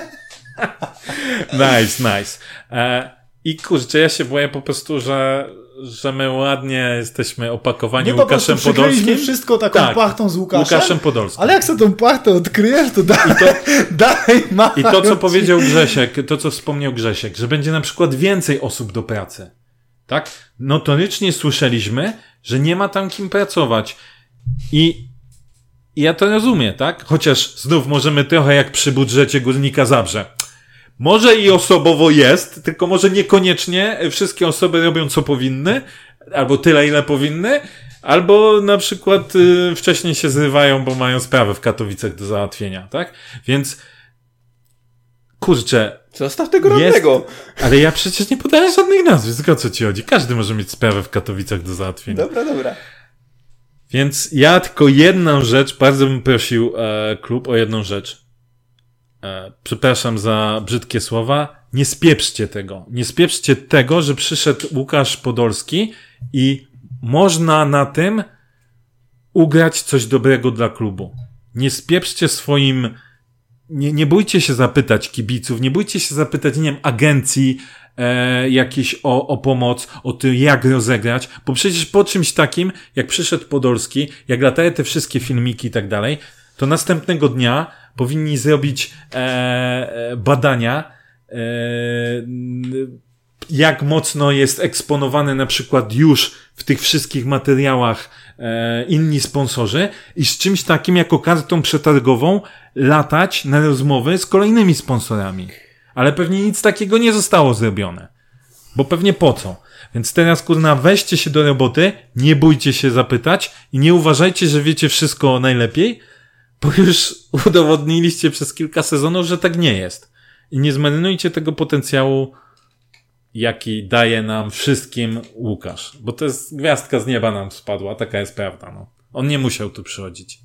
Nice, nice. E, I kurczę, ja się boję po prostu, że, że my ładnie jesteśmy opakowani nie Łukaszem po Podolskim. Wszystko taką tak, płachtą z Łukaszem. Łukaszem Podolskim. Ale jak sobie tą płachtę odkryjesz, to dalej, I to, dalej ma. I to, co powiedział Grzesiek, to, co wspomniał Grzesiek, że będzie na przykład więcej osób do pracy. Tak? Notorycznie słyszeliśmy, że nie ma tam kim pracować. I, i ja to rozumiem, tak? Chociaż znów możemy trochę jak przy budżecie Górnika Zabrze. Może i osobowo jest, tylko może niekoniecznie wszystkie osoby robią co powinny, albo tyle, ile powinny, albo na przykład y, wcześniej się zrywają, bo mają sprawę w Katowicach do załatwienia, tak? Więc kurczę, zostaw tego radnego. Ale ja przecież nie podaję żadnych nazwisk, o co ci chodzi? Każdy może mieć sprawę w Katowicach do załatwienia. Dobra, dobra. Więc ja tylko jedną rzecz, bardzo bym prosił e, klub o jedną rzecz. E, przepraszam za brzydkie słowa. Nie spieprzcie tego. Nie spieprzcie tego, że przyszedł Łukasz Podolski i można na tym ugrać coś dobrego dla klubu. Nie spieprzcie swoim... Nie, nie bójcie się zapytać kibiców, nie bójcie się zapytać, nie wiem, agencji e, jakieś o, o pomoc, o tym, jak rozegrać, bo przecież po czymś takim, jak przyszedł Podolski, jak latały te wszystkie filmiki i tak dalej, to następnego dnia powinni zrobić e, e, badania, e, jak mocno jest eksponowany na przykład już w tych wszystkich materiałach e, inni sponsorzy i z czymś takim jako kartą przetargową latać na rozmowy z kolejnymi sponsorami. Ale pewnie nic takiego nie zostało zrobione. Bo pewnie po co? Więc teraz, kurna, weźcie się do roboty, nie bójcie się zapytać i nie uważajcie, że wiecie wszystko najlepiej, bo już udowodniliście przez kilka sezonów, że tak nie jest. I nie zmarnujcie tego potencjału, jaki daje nam wszystkim Łukasz. Bo to jest gwiazdka z nieba nam spadła, taka jest prawda. No. On nie musiał tu przychodzić.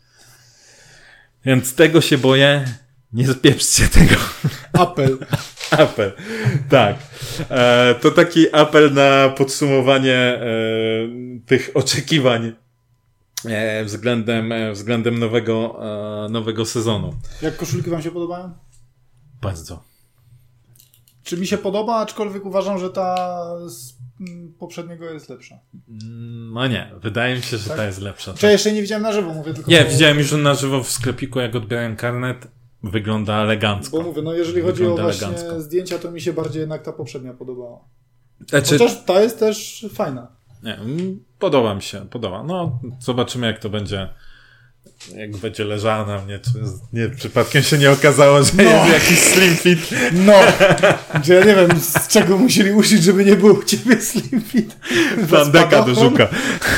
Więc tego się boję. Nie spieprzcie tego. Apel. Apel. Tak. E, to taki apel na podsumowanie e, tych oczekiwań e, względem, e, względem nowego, e, nowego sezonu. Jak koszulki wam się podobają? Bardzo. Czy mi się podoba, aczkolwiek uważam, że ta z poprzedniego jest lepsza. No nie, wydaje mi się, że tak? ta jest lepsza. Czy ja jeszcze nie widziałem na żywo, mówię tylko... Nie, bo... widziałem już na żywo w sklepiku, jak odbierałem karnet. Wygląda elegancko. Bo mówię, no jeżeli chodzi Wygląda o właśnie elegancko. zdjęcia, to mi się bardziej jednak ta poprzednia podobała. Znaczy... Chociaż ta jest też fajna. Nie, podoba mi się, podoba. No, zobaczymy, jak to będzie, jak będzie leżała na mnie, czy nie, przypadkiem się nie okazało, że no. jest jakiś slim fit. No, że ja nie wiem, z czego musieli uczyć, żeby nie było u ciebie slim fit. Bandeka do żuka.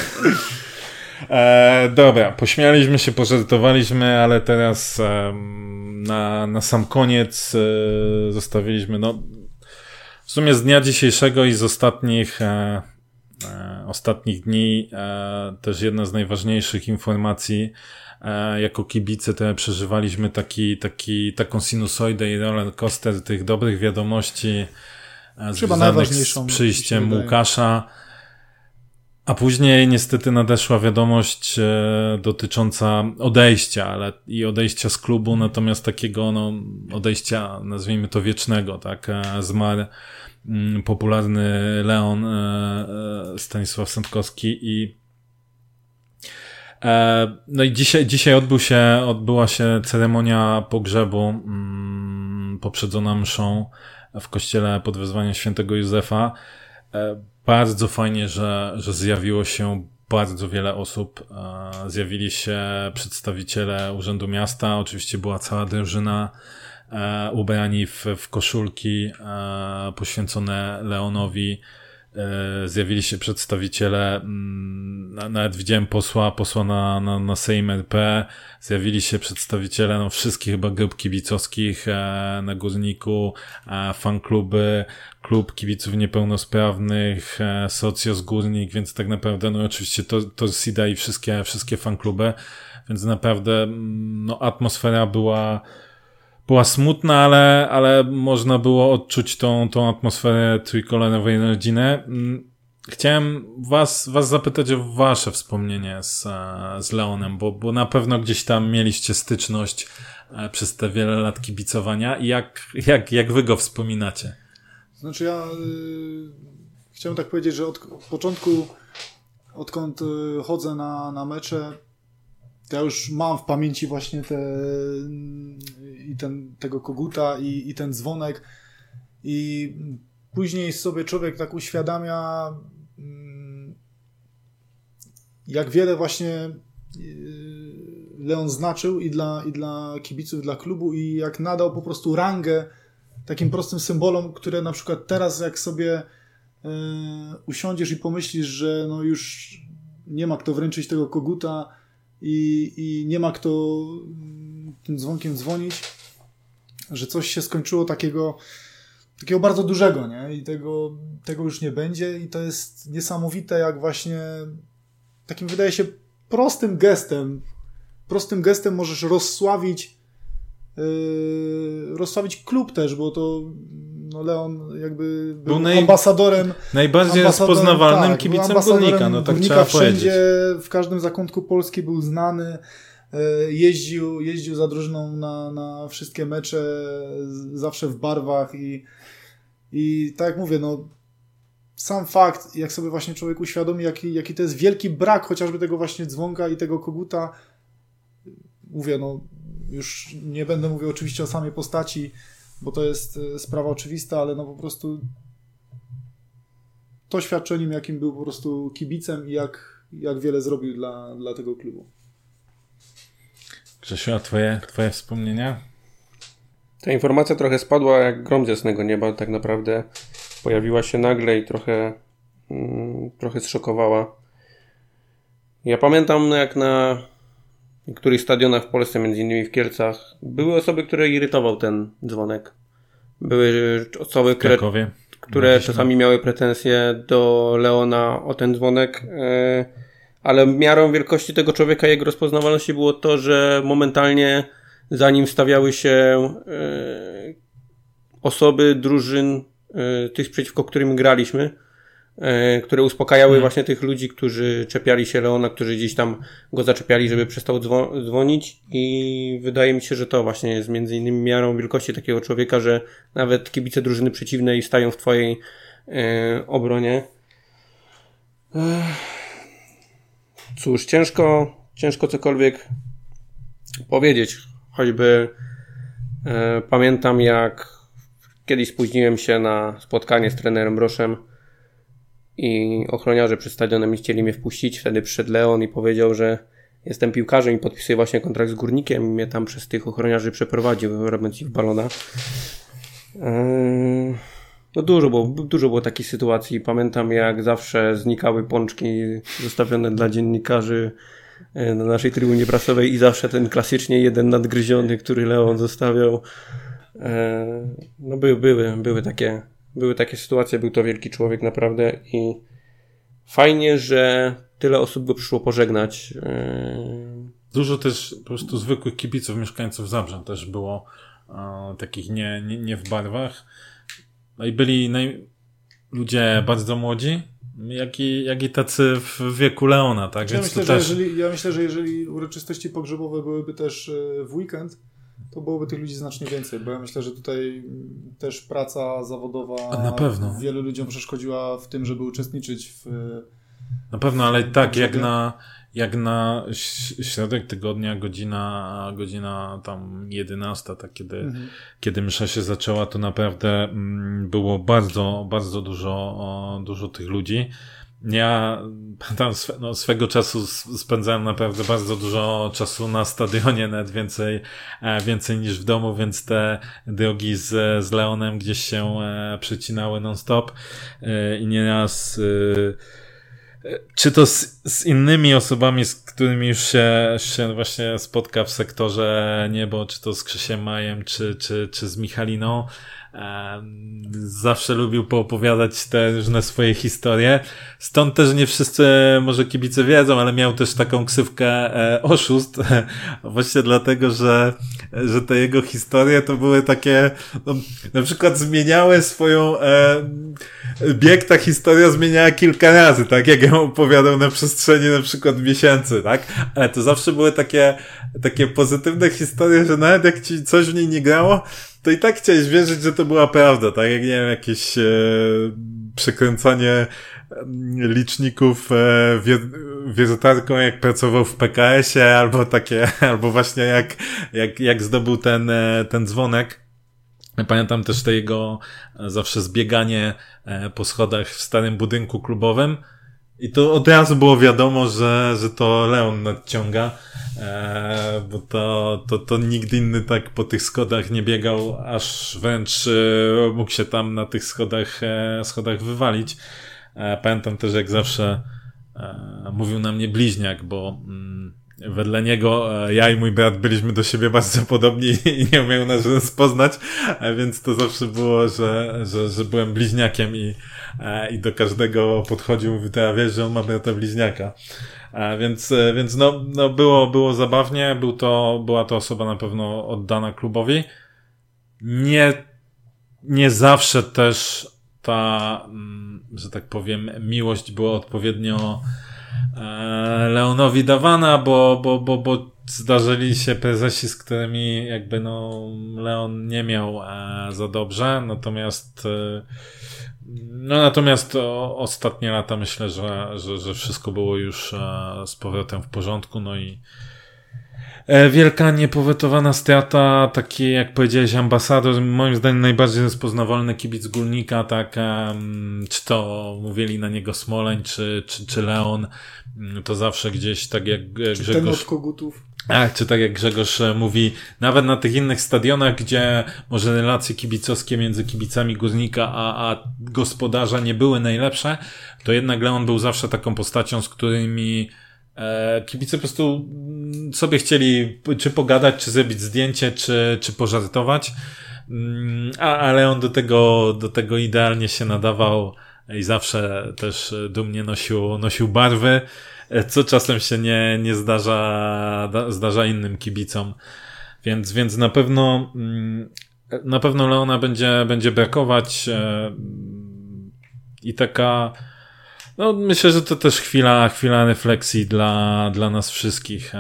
E, dobra, pośmialiśmy się, pożartowaliśmy, ale teraz e, na, na sam koniec e, zostawiliśmy, no, w sumie z dnia dzisiejszego i z ostatnich e, e, ostatnich dni e, też jedna z najważniejszych informacji. E, jako kibice to przeżywaliśmy taki, taki, taką sinusoidę i roller coaster tych dobrych wiadomości e, związanych z przyjściem Łukasza. A później niestety nadeszła wiadomość e, dotycząca odejścia, ale i odejścia z klubu, natomiast takiego no, odejścia, nazwijmy to wiecznego, tak, e, zmarł m, popularny Leon e, e, Stanisław Sędkowski i e, no i dzisiaj, dzisiaj odbył się, odbyła się ceremonia pogrzebu m, poprzedzona mszą w kościele pod wezwaniem świętego Józefa. E, Bardzo fajnie, że, że zjawiło się bardzo wiele osób. E, zjawili się przedstawiciele Urzędu Miasta, oczywiście była cała drużyna e, ubrani w, w koszulki e, poświęcone Leonowi. E, zjawili się przedstawiciele, m, nawet widziałem posła, posła na, na, na Sejm R P, zjawili się przedstawiciele no, wszystkich chyba grup kibicowskich e, na Górniku, e, fankluby, klub kibiców niepełnosprawnych, e, Socjos Górnik, więc tak naprawdę no oczywiście to, to Sida i wszystkie, wszystkie fankluby, więc naprawdę no atmosfera była była smutna, ale, ale można było odczuć tą, tą atmosferę trójkolorowej rodziny. Chciałem was, was zapytać o wasze wspomnienie z, z Leonem, bo, bo na pewno gdzieś tam mieliście styczność przez te wiele lat kibicowania i jak, jak, jak wy go wspominacie? Znaczy ja yy, chciałem tak powiedzieć, że od początku, odkąd yy, chodzę na, na mecze, ja już mam w pamięci właśnie te, i ten, tego koguta i, i ten dzwonek i później sobie człowiek tak uświadamia, jak wiele właśnie Leon znaczył i dla, i dla kibiców, i dla klubu i jak nadał po prostu rangę takim prostym symbolom, które na przykład teraz jak sobie yy, usiądziesz i pomyślisz, że no już nie ma kto wręczyć tego koguta i, i nie ma kto tym dzwonkiem dzwonić, że coś się skończyło takiego takiego bardzo dużego, nie? I tego, tego już nie będzie i to jest niesamowite, jak właśnie takim wydaje się prostym gestem, prostym gestem możesz rozsławić yy, rozsławić klub też, bo to no Leon jakby był, był naj... ambasadorem najbardziej ambasadorem, rozpoznawalnym tak, kibicem Górnika, no tak Górnika trzeba wszędzie, powiedzieć. W każdym zakątku Polski był znany, jeździł, jeździł za drużyną na, na wszystkie mecze, zawsze w barwach i, i tak jak mówię, no sam fakt, jak sobie właśnie człowiek uświadomi, jaki, jaki to jest wielki brak chociażby tego właśnie dzwonka i tego koguta, mówię, no już nie będę mówił oczywiście o samej postaci, bo to jest sprawa oczywista, ale no po prostu to świadczy o nim, jakim był po prostu kibicem i jak, jak wiele zrobił dla, dla tego klubu. Grzesiu, a twoje, twoje wspomnienia? Ta informacja trochę spadła jak grom z jasnego nieba, tak naprawdę pojawiła się nagle i trochę mm, trochę zszokowała. Ja pamiętam, jak na niektórych stadionach w Polsce, między innymi w Kielcach, były osoby, które irytował ten dzwonek. Były osoby, które, które czasami miały pretensje do Leona o ten dzwonek, yy, ale miarą wielkości tego człowieka i jego rozpoznawalności było to, że momentalnie za nim stawiały się yy, osoby, drużyn, yy, tych przeciwko którym graliśmy, yy, które uspokajały hmm. właśnie tych ludzi, którzy czepiali się Leona, którzy gdzieś tam go zaczepiali, żeby przestał dzwo- dzwonić i wydaje mi się, że to właśnie jest między innymi miarą wielkości takiego człowieka, że nawet kibice drużyny przeciwnej stają w twojej yy, obronie. Yy. Cóż, ciężko, ciężko cokolwiek powiedzieć. Choćby e, pamiętam, jak kiedyś spóźniłem się na spotkanie z trenerem Broszem i ochroniarze przed stadionem nie chcieli mnie wpuścić. Wtedy przyszedł Leon i powiedział, że jestem piłkarzem i podpisuję właśnie kontrakt z Górnikiem i mnie tam przez tych ochroniarzy przeprowadził, robiąc ich w balona. E, No dużo było, dużo było takich sytuacji. Pamiętam, jak zawsze znikały pączki zostawione dla dziennikarzy na naszej trybunie prasowej i zawsze ten klasycznie jeden nadgryziony, który Leon zostawiał. No były, były, były takie, były takie sytuacje. Był to wielki człowiek naprawdę i fajnie, że tyle osób go przyszło pożegnać. Dużo też po prostu zwykłych kibiców, mieszkańców Zabrza też było e, takich nie, nie, nie w barwach. No i byli naj... ludzie bardzo młodzi, jak i, jak i tacy w wieku Leona, tak? Ja, Więc myślę, to też... że jeżeli, ja myślę, że jeżeli uroczystości pogrzebowe byłyby też w weekend, to byłoby tych ludzi znacznie więcej, bo ja myślę, że tutaj też praca zawodowa A na pewno. wielu ludziom przeszkodziła w tym, żeby uczestniczyć w... Na pewno, ale tak, jak na, jak na środek tygodnia, godzina, godzina tam jedenasta, tak, kiedy, mhm. kiedy msza się zaczęła, to naprawdę mm, było bardzo, bardzo dużo, o, dużo tych ludzi. Ja tam swe, no, swego czasu spędzałem naprawdę bardzo dużo czasu na stadionie, nawet więcej, e, więcej niż w domu, więc te drogi z, z Leonem gdzieś się e, przecinały non-stop e, i nieraz e, czy to z, z innymi osobami, z którymi już się, się właśnie spotka w sektorze niebo, czy to z Krzysiem Majem, czy, czy, czy z Michaliną. E, zawsze lubił poopowiadać te różne swoje historie. Stąd też nie wszyscy może kibice wiedzą, ale miał też taką ksywkę e, oszust. Właśnie dlatego, że, że te jego historie to były takie, no, na przykład zmieniały swoją e, bieg, ta historia zmieniała kilka razy, tak? Jak ją opowiadał na przestrzeni na przykład miesięcy, tak? Ale to zawsze były takie, takie pozytywne historie, że nawet jak ci coś w niej nie grało, to i tak chciałeś wierzyć, że to była prawda, tak? Jak nie wiem, jakieś e, przekręcanie liczników e, wiertarką, jak pracował w P K S-ie, albo takie, albo właśnie jak, jak, jak zdobył ten, ten dzwonek. Pamiętam też to jego zawsze zbieganie po schodach w starym budynku klubowym i to od razu było wiadomo, że, że to Leon nadciąga. e, bo to, to, to nigdy inny tak po tych schodach nie biegał, aż wręcz e, mógł się tam na tych schodach, e, schodach wywalić. E, pamiętam też, jak zawsze e, mówił na mnie bliźniak, bo mm, wedle niego e, ja i mój brat byliśmy do siebie bardzo podobni i nie umiał nas rozpoznać, e, więc to zawsze było, że, że, że byłem bliźniakiem i, e, i do każdego podchodził, mówił, to ja wiesz, że on ma brata bliźniaka. E, więc e, więc no, no było, było zabawnie, był to, była to osoba na pewno oddana klubowi. Nie, nie zawsze też ta, że tak powiem, miłość była odpowiednio Leonowi dawana, bo, bo, bo, bo zdarzyli się prezesi, z którymi jakby no Leon nie miał za dobrze, natomiast no natomiast o, ostatnie lata myślę, że, że, że wszystko było już z powrotem w porządku, no i wielka niepowetowana strata, taki jak powiedziałeś ambasador, moim zdaniem najbardziej rozpoznawalny kibic Górnika, tak, um, czy to mówili na niego Smoleń, czy, czy, czy Leon, to zawsze gdzieś tak jak Grzegorz... Czy ten od Kogutów. Ach, czy tak jak Grzegorz mówi, nawet na tych innych stadionach, gdzie może relacje kibicowskie między kibicami Górnika a, a gospodarza nie były najlepsze, to jednak Leon był zawsze taką postacią, z którymi kibice po prostu sobie chcieli czy pogadać, czy zrobić zdjęcie, czy, czy pożartować, a, ale on do tego, do tego idealnie się nadawał i zawsze też dumnie nosił, nosił barwy, co czasem się nie, nie zdarza, zdarza innym kibicom. Więc, więc na pewno, na pewno Leona będzie, będzie brakować i taka, no myślę, że to też chwila, chwila refleksji dla, dla nas wszystkich.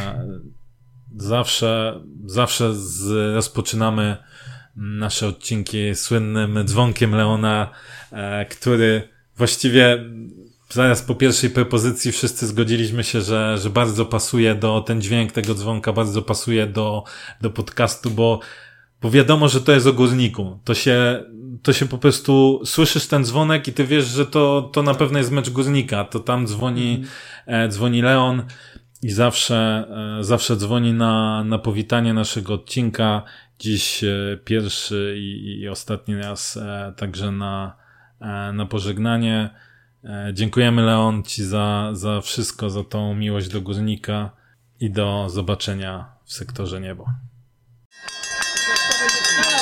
Zawsze, zawsze z, rozpoczynamy nasze odcinki słynnym dzwonkiem Leona, który właściwie zaraz po pierwszej propozycji wszyscy zgodziliśmy się, że, że bardzo pasuje do, ten dźwięk tego dzwonka bardzo pasuje do, do podcastu, bo, bo wiadomo, że to jest o Górniku. To się, to się po prostu, słyszysz ten dzwonek i ty wiesz, że to, to na pewno jest mecz Górnika. To tam dzwoni, mm. e, dzwoni Leon i zawsze, e, zawsze dzwoni na, na powitanie naszego odcinka. Dziś e, pierwszy i, i ostatni raz e, także na, e, na pożegnanie. E, dziękujemy Leon ci za, za wszystko, za tą miłość do Górnika i do zobaczenia w sektorze niebo.